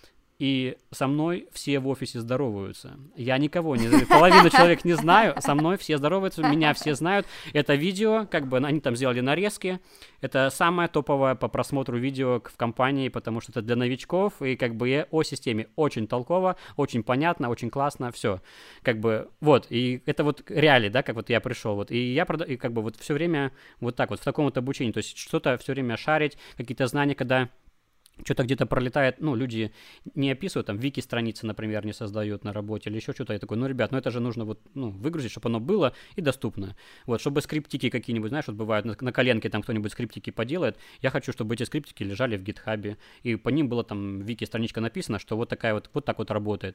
A: и со мной все в офисе здороваются. Я никого не знаю, половину человек не знаю, со мной все здороваются, меня все знают. Это видео, как бы они там сделали нарезки. Это самое топовое по просмотру видео в компании, потому что это для новичков, и как бы о системе очень толково, очень понятно, очень классно, все. Как бы вот, и это вот реалии, да, как вот я пришел, вот, и я прода- и как бы вот все время вот так вот в таком вот обучении, то есть что-то все время шарить, какие-то знания, когда что-то где-то пролетает, ну, люди не описывают, там, вики-страницы, например, не создают на работе или еще что-то. Я такой, ну, ребят, ну, это же нужно вот, ну, выгрузить, чтобы оно было и доступно. Вот, чтобы скриптики какие-нибудь, знаешь, вот бывают на, на коленке там кто-нибудь скриптики поделает. Я хочу, чтобы эти скриптики лежали в гитхабе, и по ним было там вики-страничка написано, что вот такая вот, вот так вот работает.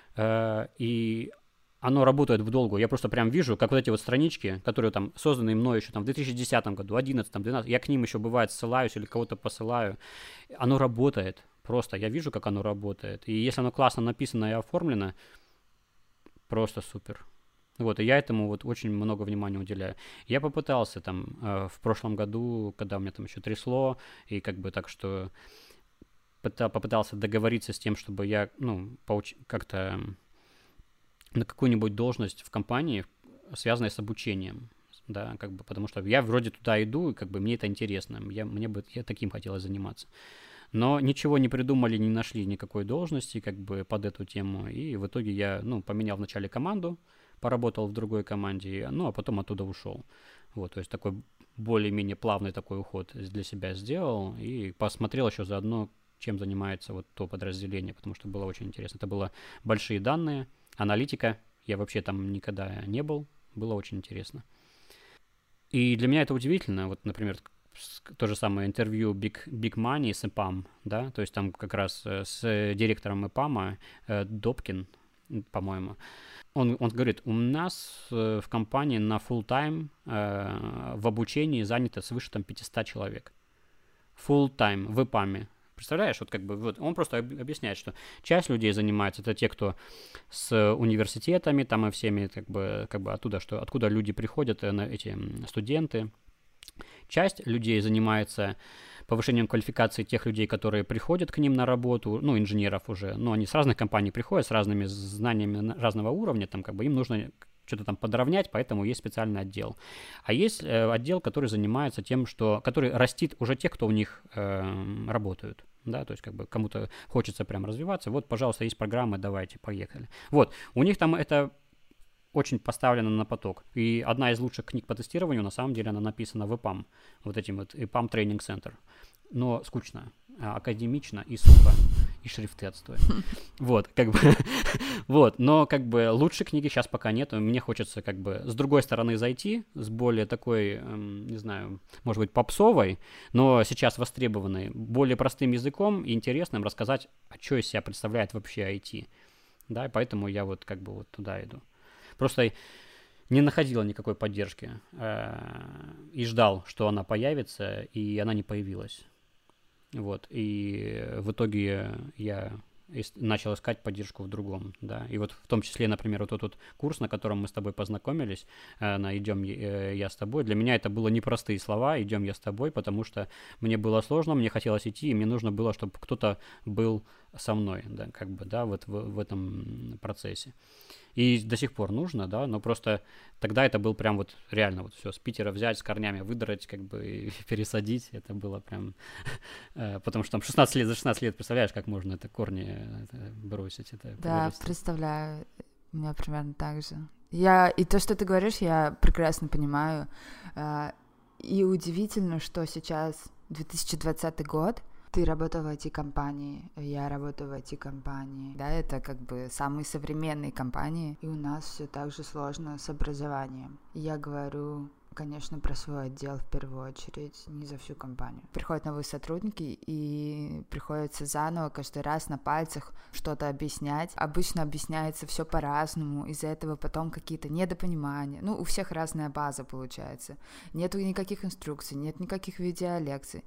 A: И оно работает в долгу. Я просто прям вижу, как вот эти вот странички, которые там созданы мной еще там в две тысячи десятом году, одиннадцатом, двенадцатом, я к ним еще бывает ссылаюсь или кого-то посылаю. Оно работает. Просто я вижу, как оно работает. И если оно классно написано и оформлено, просто супер. Вот, и я этому вот очень много внимания уделяю. Я попытался там э, в прошлом году, когда у меня там еще трясло, и как бы так, что попытался договориться с тем, чтобы я, ну, поуч- как-то на какую-нибудь должность в компании, связанной с обучением. да, как бы, потому что я вроде туда иду, и как бы мне это интересно, я, мне бы я таким хотелось заниматься. Но ничего не придумали, не нашли никакой должности как бы под эту тему, и в итоге я, ну, поменял вначале команду, поработал в другой команде, ну, а потом оттуда ушел. Вот, то есть такой более-менее плавный такой уход для себя сделал, и посмотрел еще заодно, чем занимается вот то подразделение, потому что было очень интересно. Это было большие данные, аналитика, я вообще там никогда не был, было очень интересно. И для меня это удивительно, вот, например, то же самое интервью Big, Big Money с ИПАМ, да, то есть там как раз с директором ИПАМа э, Добкин, по-моему, он, он говорит, у нас э, в компании на full-time э, в обучении занято свыше там пятьсот человек. Full-time в ИПАМе. Представляешь, вот как бы вот он просто объясняет, что часть людей занимается, это те, кто с университетами, там и всеми, как бы, как бы оттуда, что, откуда люди приходят, эти студенты. Часть людей занимается повышением квалификации тех людей, которые приходят к ним на работу, ну, инженеров уже, ну, они с разных компаний приходят, с разными знаниями разного уровня, там, как бы им нужно что-то там подровнять, поэтому есть специальный отдел. А есть э, отдел, который занимается тем, что, который растит уже тех, кто у них э, работают, да, то есть как бы кому-то хочется прям развиваться, вот, пожалуйста, есть программы, давайте, поехали. Вот, у них там это очень поставлено на поток. И одна из лучших книг по тестированию, на самом деле, она написана в ИПАМ, вот этим вот ИПАМ Training Center. Но скучно, академично и сухо, и шрифты отстой. Вот, как бы, вот, но как бы лучшей книги сейчас пока нет, мне хочется как бы с другой стороны зайти, с более такой, эм, не знаю, может быть, попсовой, но сейчас востребованной, более простым языком и интересным рассказать, а что из себя представляет вообще ай ти, да, и поэтому я вот как бы вот туда иду. Просто не находила никакой поддержки э, и ждал, что она появится, и она не появилась. Вот, и в итоге я начал искать поддержку в другом, да, и вот в том числе, например, вот этот курс, на котором мы с тобой познакомились, э, на «Идем я с тобой», для меня это было непростые слова «Идем я с тобой», потому что мне было сложно, мне хотелось идти, и мне нужно было, чтобы кто-то был со мной, да, как бы, да, вот в, в этом процессе. И до сих пор нужно, да, но просто тогда это был прям вот реально вот все с Питера взять, с корнями выдрать, как бы и пересадить, это было прям, потому что там шестнадцать лет, за шестнадцать лет, представляешь, как можно это корни бросить, это
B: Да,
A: вырастить.
B: Представляю, у меня примерно так же. Я, и то, что ты говоришь, я прекрасно понимаю, и удивительно, что сейчас две тысячи двадцатый год, ты работал в ай ти-компании, я работаю в ай ти-компании, да, это как бы самые современные компании, и у нас все так же сложно с образованием. Я говорю, конечно, про свой отдел в первую очередь, не за всю компанию. Приходят новые сотрудники, и приходится заново каждый раз на пальцах что-то объяснять. Обычно объясняется все по-разному, из-за этого потом какие-то недопонимания. Ну, у всех разная база получается. Нету никаких инструкций, нет никаких видеолекций.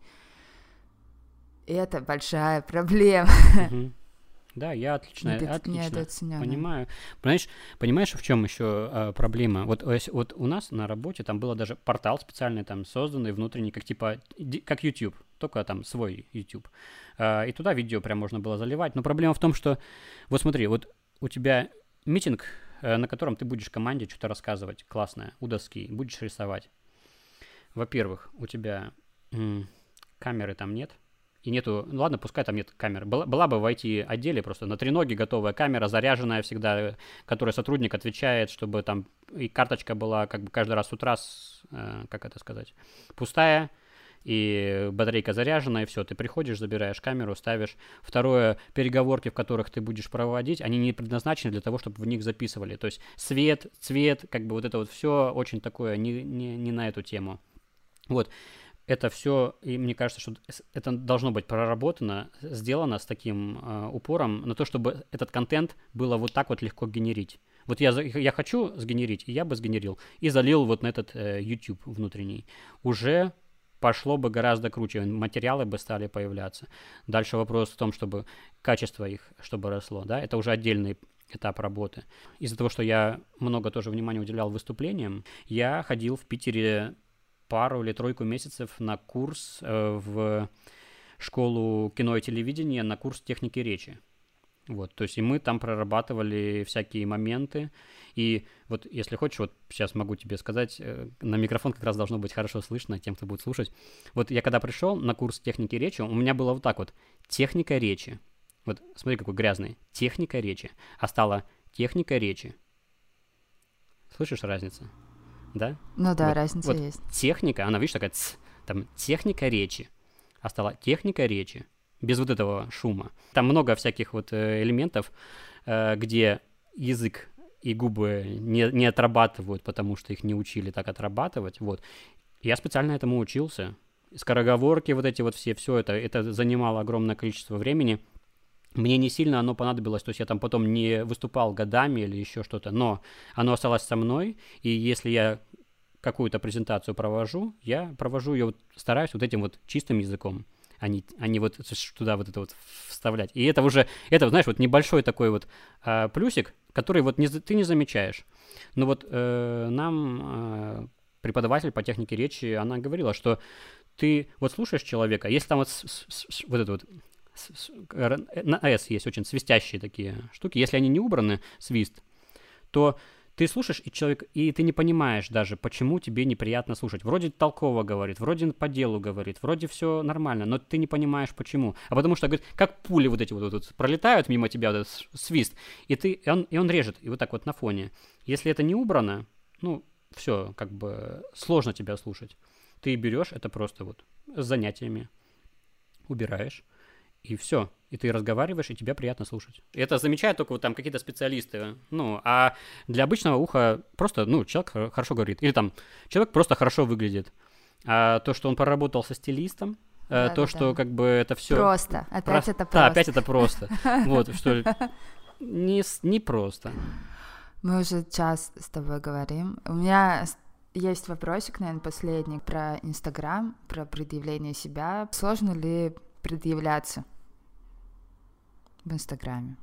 B: И это большая проблема.
A: Угу. Да, я отлично, отлично понимаю. Понимаешь, понимаешь, в чем еще э, проблема? Вот, вот у нас на работе там было даже портал специальный там созданный внутренний, как типа, как YouTube, только там свой YouTube. Э, и туда видео прям можно было заливать. Но проблема в том, что, вот смотри, вот у тебя митинг, э, на котором ты будешь команде что-то рассказывать классное, у доски, будешь рисовать. Во-первых, у тебя м- камеры там нет. И нету, ну ладно, пускай там нет камеры. Была, была бы в ай ти-отделе просто на треноге готовая камера, заряженная всегда, которой сотрудник отвечает, чтобы там и карточка была как бы каждый раз с утра, с, э, как это сказать, пустая, и батарейка заряжена, и все, ты приходишь, забираешь камеру, ставишь. Второе, переговорки, в которых ты будешь проводить, они не предназначены для того, чтобы в них записывали. То есть свет, цвет, как бы вот это вот все очень такое, не, не, не на эту тему. Вот. Это все, и мне кажется, что это должно быть проработано, сделано с таким э, упором на то, чтобы этот контент было вот так вот легко генерить. Вот я, я хочу сгенерить, и я бы сгенерил, и залил вот на этот э, YouTube внутренний. Уже пошло бы гораздо круче, материалы бы стали появляться. Дальше вопрос в том, чтобы качество их, чтобы росло, да, это уже отдельный этап работы. Из-за того, что я много тоже внимания уделял выступлениям, я ходил в Питере пару или тройку месяцев на курс э, в школу кино и телевидения, на курс техники речи. Вот, то есть и мы там прорабатывали всякие моменты, и вот если хочешь, вот сейчас могу тебе сказать, э, на микрофон как раз должно быть хорошо слышно тем, кто будет слушать. Вот я когда пришел на курс техники речи, у меня было вот так вот, техника речи. Вот смотри, какой грязный. Техника речи. А стала техника речи. Слышишь разницу? Да?
B: Ну да,
A: вот,
B: разница
A: вот
B: есть.
A: Техника, она, видишь, такая, ц, там, техника речи. А стала техника речи. Без вот этого шума. Там много всяких вот э, элементов, э, где язык и губы не, не отрабатывают, потому что их не учили так отрабатывать. Вот. Я специально этому учился. Скороговорки вот эти вот все, все это, это занимало огромное количество времени. Мне не сильно оно понадобилось, то есть я там потом не выступал годами или еще что-то, но оно осталось со мной, и если я какую-то презентацию провожу, я провожу ее, вот, стараюсь вот этим вот чистым языком, а не, а не вот туда вот это вот вставлять. И это уже, это, знаешь, вот небольшой такой вот э, плюсик, который вот не, ты не замечаешь. Но вот э, нам э, преподаватель по технике речи, она говорила, что ты вот слушаешь человека, если там вот, с, с, с, вот это вот на S есть очень свистящие такие штуки. Если они не убраны, свист, то ты слушаешь, и человек, и ты не понимаешь даже, почему тебе неприятно слушать. Вроде толково говорит, вроде по делу говорит, вроде все нормально, но ты не понимаешь, почему. А потому что, говорит, как пули вот эти вот, вот пролетают мимо тебя, вот этот свист, и, ты, и, он, и он режет, и вот так вот на фоне. Если это не убрано, ну, все, как бы сложно тебя слушать. Ты берешь это просто вот с занятиями, убираешь, и все. И ты разговариваешь, и тебя приятно слушать. И это замечают только вот там какие-то специалисты. Ну, а для обычного уха просто, ну, человек хорошо говорит. Или там человек просто хорошо выглядит. А то, что он проработал со стилистом, да, то, да, что да. как бы это все...
B: Просто. Опять
A: Про...
B: это просто.
A: Да, опять это просто. Вот, что не, не просто.
B: Мы уже час с тобой говорим. У меня есть вопросик, наверное, последний про Инстаграм, про предъявление себя. Сложно ли предъявляться в Инстаграме?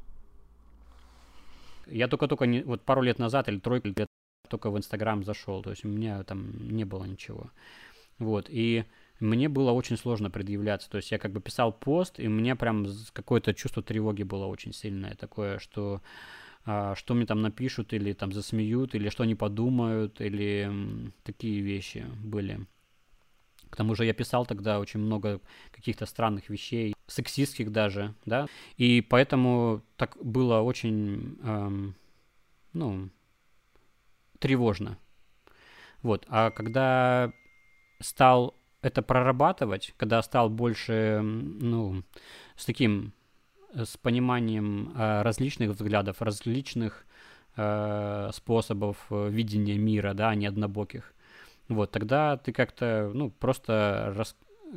A: Я только-только, не, вот пару лет назад или тройку лет только в Инстаграм зашел, то есть у меня там не было ничего. Вот, и мне было очень сложно предъявляться, то есть я как бы писал пост, и у меня прям какое-то чувство тревоги было очень сильное, такое, что а, что мне там напишут, или там засмеют, или что они подумают, или м, такие вещи были. К тому же я писал тогда очень много каких-то странных вещей, сексистских даже, да, и поэтому так было очень, эм, ну, тревожно. Вот, а когда стал это прорабатывать, когда стал больше, ну, с таким, с пониманием э, различных взглядов, различных э, способов видения мира, да, а не однобоких, вот, тогда ты как-то, ну, просто, рас...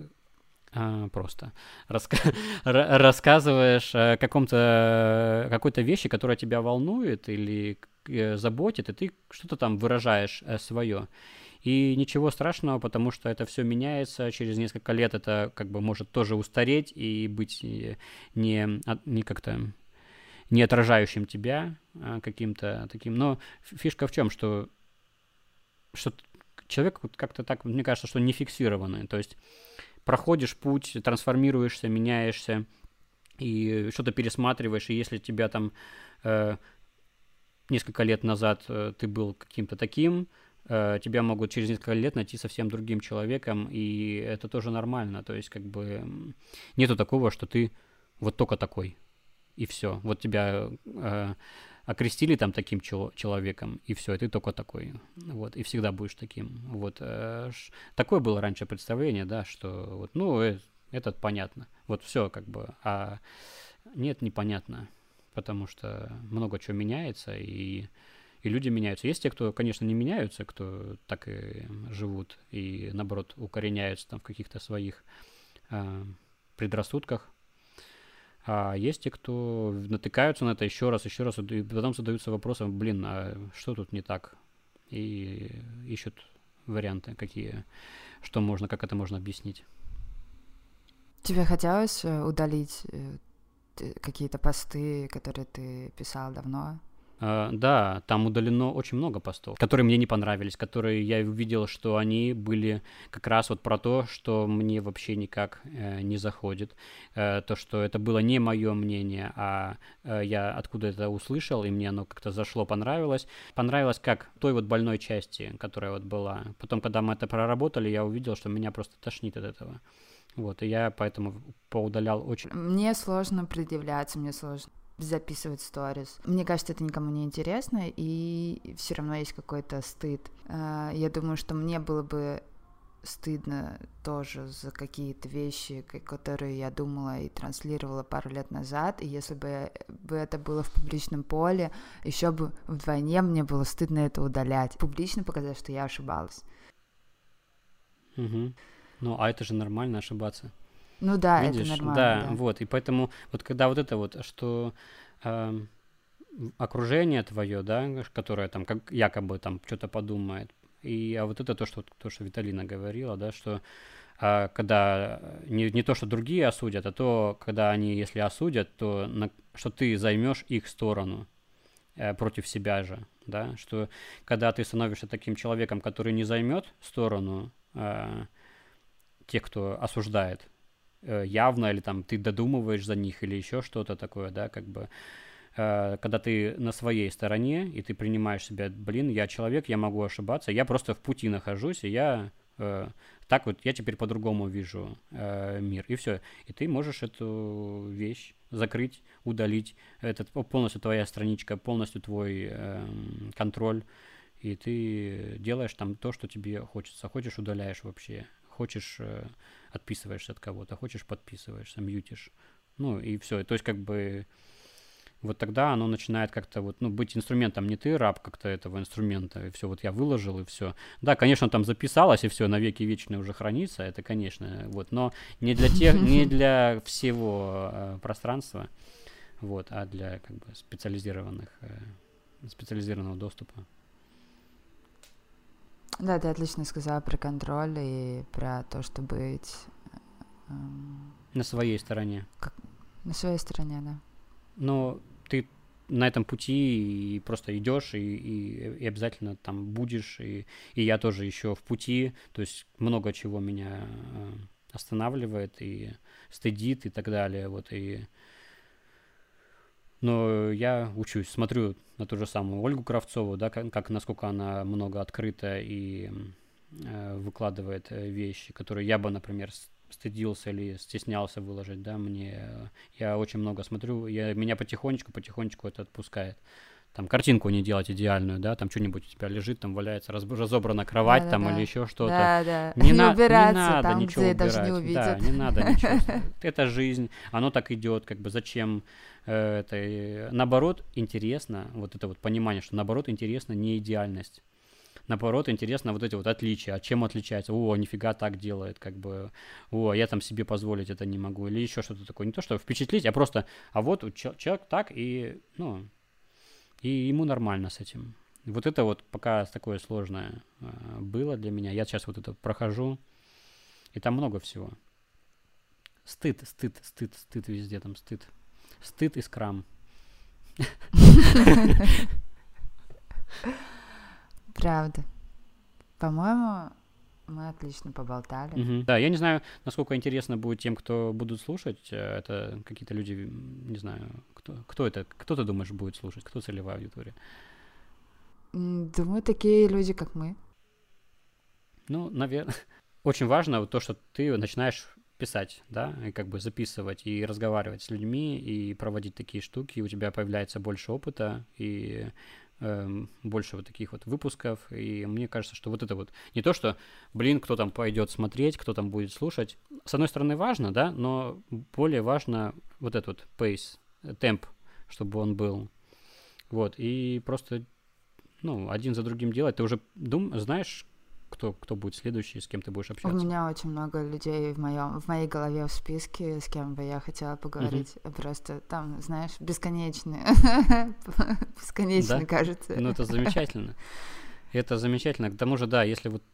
A: а, просто раска... рассказываешь о каком-то, какой-то вещи, которая тебя волнует или заботит, и ты что-то там выражаешь свое. И ничего страшного, потому что это все меняется, через несколько лет это как бы может тоже устареть и быть не, не как-то не отражающим тебя а каким-то таким. Но фишка в чем, что, что человек как-то так, мне кажется, что не фиксированный. То есть проходишь путь, трансформируешься, меняешься и что-то пересматриваешь. И если тебя там э, несколько лет назад э, ты был каким-то таким, э, тебя могут через несколько лет найти совсем другим человеком, и это тоже нормально. То есть как бы нету такого, что ты вот только такой, и все. Вот тебя... Э, окрестили там таким чел- человеком, и все, и ты только такой, вот, и всегда будешь таким, вот. Э, ш- такое было раньше представление, да, что вот, ну, э, это понятно, вот все как бы, а нет, непонятно, потому что много чего меняется, и, и люди меняются. Есть те, кто, конечно, не меняются, кто так и живут, и, наоборот, укореняются там в каких-то своих э, предрассудках. А есть те, кто натыкаются на это еще раз, еще раз, и потом задаются вопросом, блин, а что тут не так? И ищут варианты, какие, что можно, как это можно объяснить.
B: Тебе хотелось удалить какие-то посты, которые ты писал давно?
A: Uh, да, там удалено очень много постов, которые мне не понравились, которые я увидел, что они были как раз вот про то, что мне вообще никак uh, не заходит. Uh, то, что это было не мое мнение, а uh, я откуда это услышал, и мне оно как-то зашло, понравилось. Понравилось как той вот больной части, которая вот была. Потом, когда мы это проработали, я увидел, что меня просто тошнит от этого. Вот, и я поэтому поудалял очень...
B: Мне сложно предъявляться, мне сложно записывать сторис. Мне кажется, это никому не интересно, и все равно есть какой-то стыд. Я думаю, что мне было бы стыдно тоже за какие-то вещи, которые я думала и транслировала пару лет назад, и если бы, бы это было в публичном поле, еще бы вдвойне мне было стыдно это удалять. Публично показать, что я ошибалась.
A: Угу. Ну, а это же нормально ошибаться.
B: Ну да,
A: видишь?
B: Это нормально.
A: Да,
B: да,
A: вот, и поэтому вот когда вот это вот, что э, окружение твое, да, которое там как якобы там что-то подумает, и а вот это то, что, то, что Виталина говорила, да, что э, когда не, не то, что другие осудят, а то, когда они, если осудят, то на, что ты займешь их сторону э, против себя же, да, что когда ты становишься таким человеком, который не займет сторону э, тех, кто осуждает, явно, или там ты додумываешь за них, или еще что-то такое, да, как бы, э, когда ты на своей стороне, и ты принимаешь себя, блин, я человек, я могу ошибаться, я просто в пути нахожусь, и я э, так вот, я теперь по-другому вижу э, мир, и все, и ты можешь эту вещь закрыть, удалить, это полностью твоя страничка, полностью твой э, контроль, и ты делаешь там то, что тебе хочется, хочешь, удаляешь вообще, хочешь, э, отписываешься от кого-то, хочешь, подписываешься, мьютишь. Ну, и все. То есть, как бы, вот тогда оно начинает как-то вот, ну, быть инструментом. Не ты раб как-то этого инструмента, и все, вот я выложил, и все. Да, конечно, там записалось, и все, навеки вечные уже хранится, это, конечно, вот, но не для тех, не для всего э, пространства, вот, а для, как бы, специализированных, э, специализированного доступа.
B: Да, ты отлично сказала про контроль и про то, что быть... Эм,
A: на своей стороне.
B: Как, на своей стороне, да.
A: Но ты на этом пути и просто идешь, и, и, и обязательно там будешь, и, и я тоже еще в пути, то есть много чего меня э, останавливает и стыдит и так далее, вот, и... Но я учусь, смотрю на ту же самую Ольгу Кравцову, да, как, как насколько она много открыта и э, выкладывает вещи, которые я бы, например, стыдился или стеснялся выложить, да, мне, я очень много смотрю, я, меня потихонечку, потихонечку это отпускает. Там картинку не делать идеальную, да, там что-нибудь у тебя лежит, там валяется, раз, разобрана кровать, да, там, да, или еще что-то.
B: Да, да.
A: Не, на,
B: убираться,
A: не надо
B: там,
A: ничего
B: где
A: убирать.
B: даже не увидят.
A: Да, не надо ничего. Это жизнь, оно так идет, как бы зачем э, это. Наоборот, интересно, вот это вот понимание, что наоборот интересно не идеальность. Наоборот, интересно вот эти вот отличия. От чем отличается? О, нифига так делает, как бы, о, я там себе позволить это не могу. Или еще что-то такое. Не то, что впечатлить, а просто, а вот человек так, и, ну, и ему нормально с этим. Вот это вот пока такое сложное э, было для меня. Я сейчас вот это прохожу, и там много всего. Стыд, стыд, стыд, стыд везде, там стыд. Стыд и скрам.
B: Правда. По-моему, мы отлично поболтали.
A: Uh-huh. Да, я не знаю, насколько интересно будет тем, кто будут слушать. Это какие-то люди, не знаю, кто, кто это, кто ты думаешь будет слушать, кто целевая аудитория?
B: Думаю, такие люди, как мы.
A: Ну, наверное. Очень важно то, что ты начинаешь писать, да, и как бы записывать, и разговаривать с людьми, и проводить такие штуки, и у тебя появляется больше опыта, и э, больше вот таких вот выпусков, и мне кажется, что вот это вот, не то, что, блин, кто там пойдет смотреть, кто там будет слушать, с одной стороны важно, да, но более важно вот этот вот пейс, темп, чтобы он был, вот, и просто, ну, один за другим делать, ты уже дум, знаешь, Кто, кто будет следующий, с кем ты будешь общаться?
B: У меня очень много людей в моем, в моей голове в списке, с кем бы я хотела поговорить. Uh-huh. Просто там, знаешь, бесконечные. Бесконечно,
A: да?
B: кажется.
A: Ну, это замечательно. Это замечательно. К тому же, да, если вот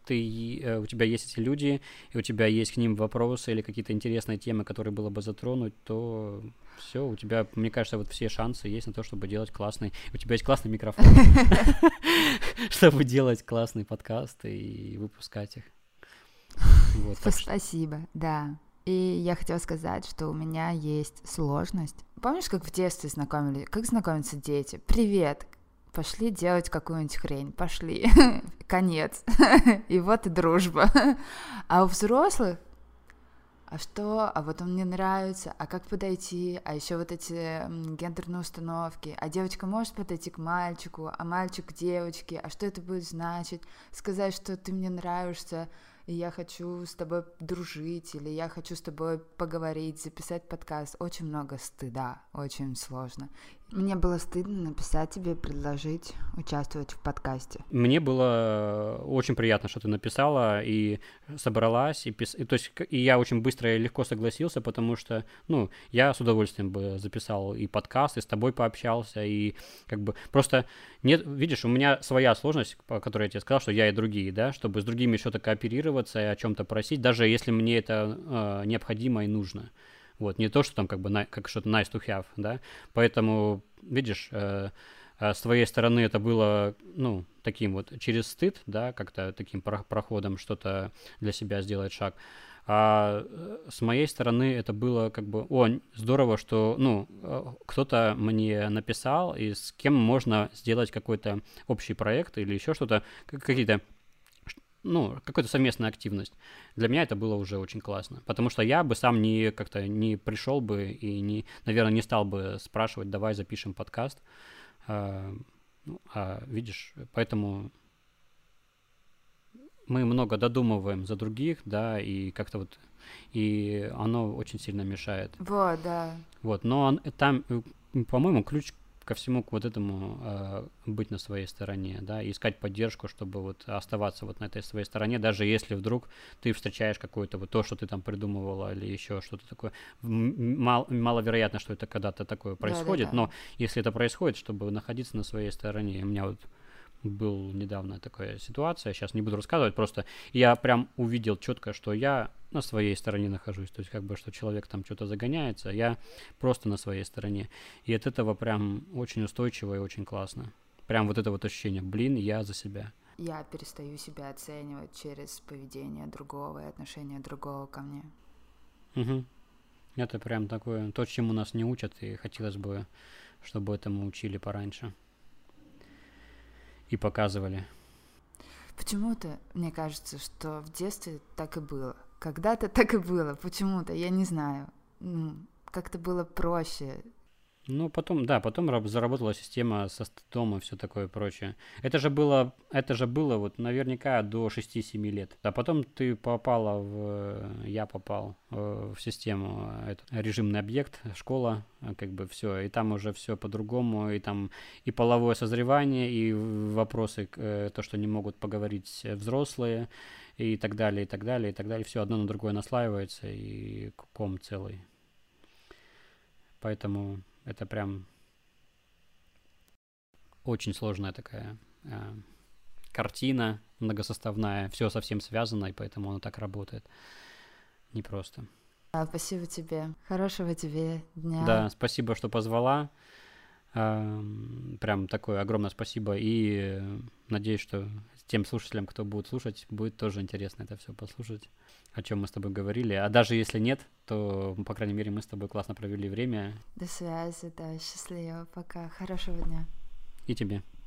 A: ты, э, у тебя есть эти люди, и у тебя есть к ним вопросы или какие-то интересные темы, которые было бы затронуть, то все, у тебя, мне кажется, вот все шансы есть на то, чтобы делать классный... У тебя есть классный микрофон, чтобы делать классный подкаст и выпускать их.
B: Спасибо, да. И я хотела сказать, что у меня есть сложность. Помнишь, как в детстве знакомились? Как знакомятся дети? Привет, пошли делать какую-нибудь хрень, пошли. Конец. И вот и дружба. А у взрослых, а что, а вот он мне нравится, а как подойти, а еще вот эти гендерные установки, а девочка может подойти к мальчику, а мальчик к девочке, а что это будет значить, сказать, что ты мне нравишься, и я хочу с тобой дружить, или я хочу с тобой поговорить, записать подкаст. Очень много стыда, очень сложно. Мне было стыдно написать тебе, предложить участвовать в подкасте.
A: Мне было очень приятно, что ты написала и собралась, и, пис... и, то есть, и я очень быстро и легко согласился, потому что, ну, я с удовольствием бы записал и подкаст, и с тобой пообщался, и как бы просто нет, видишь, у меня своя сложность, по которой я тебе сказал, что я и другие, да, чтобы с другими что-то кооперироваться и о чем-то просить, даже если мне это э, необходимо и нужно. Вот, не то, что там как бы на, как что-то nice to have, да, поэтому, видишь, э, э, с твоей стороны это было, ну, таким вот через стыд, да, как-то таким про- проходом что-то для себя сделать шаг, а с моей стороны это было как бы, о, здорово, что, ну, кто-то мне написал, и с кем можно сделать какой-то общий проект или еще что-то, какие-то, ну, какая-то совместная активность. Для меня это было уже очень классно, потому что я бы сам не как-то не пришел бы и, не, наверное, не стал бы спрашивать, давай запишем подкаст. А, ну, а, видишь, поэтому мы много додумываем за других, да, и как-то вот, и оно очень сильно мешает.
B: Вот, да.
A: Вот, но он, там, по-моему, ключ ко всему, к вот этому э, быть на своей стороне, да, и искать поддержку, чтобы вот оставаться вот на этой своей стороне, даже если вдруг ты встречаешь какое-то вот то, что ты там придумывала или еще что-то такое. Мал, маловероятно, что это когда-то такое происходит, да, да, да. Но если это происходит, чтобы находиться на своей стороне. У меня вот был недавно такая ситуация, сейчас не буду рассказывать, просто я прям увидел четко, что я на своей стороне нахожусь, то есть как бы, что человек там что-то загоняется, я просто на своей стороне, и от этого прям очень устойчиво и очень классно, прям вот это вот ощущение, блин, я за себя.
B: Я перестаю себя оценивать через поведение другого и отношение другого ко мне.
A: Угу. Это прям такое, то, чему нас не учат, и хотелось бы, чтобы этому учили пораньше. И показывали.
B: Почему-то мне кажется, что в детстве так и было. Когда-то так и было. Почему-то, я не знаю. Ну, как-то было проще.
A: Ну, потом, да, потом заработала система со стыдом и все такое прочее. Это же было, это же было вот наверняка до шести-семи лет. А потом ты попала в, я попал в систему, это, режимный объект, школа, как бы все, и там уже все по-другому, и там и половое созревание, и вопросы, то, что не могут поговорить взрослые, и так далее, и так далее, и так далее. Все одно на другое наслаивается, и ком целый. Поэтому это прям очень сложная такая э, картина, многосоставная, все совсем связано, и поэтому оно так работает. Непросто.
B: А, спасибо тебе. Хорошего тебе дня.
A: Да, спасибо, что позвала. Э, прям такое огромное спасибо. И надеюсь, что тем слушателям, кто будет слушать, будет тоже интересно это все послушать, о чем мы с тобой говорили. А даже если нет, то, по крайней мере, мы с тобой классно провели время.
B: До связи, да, счастливо, пока, хорошего дня.
A: И тебе.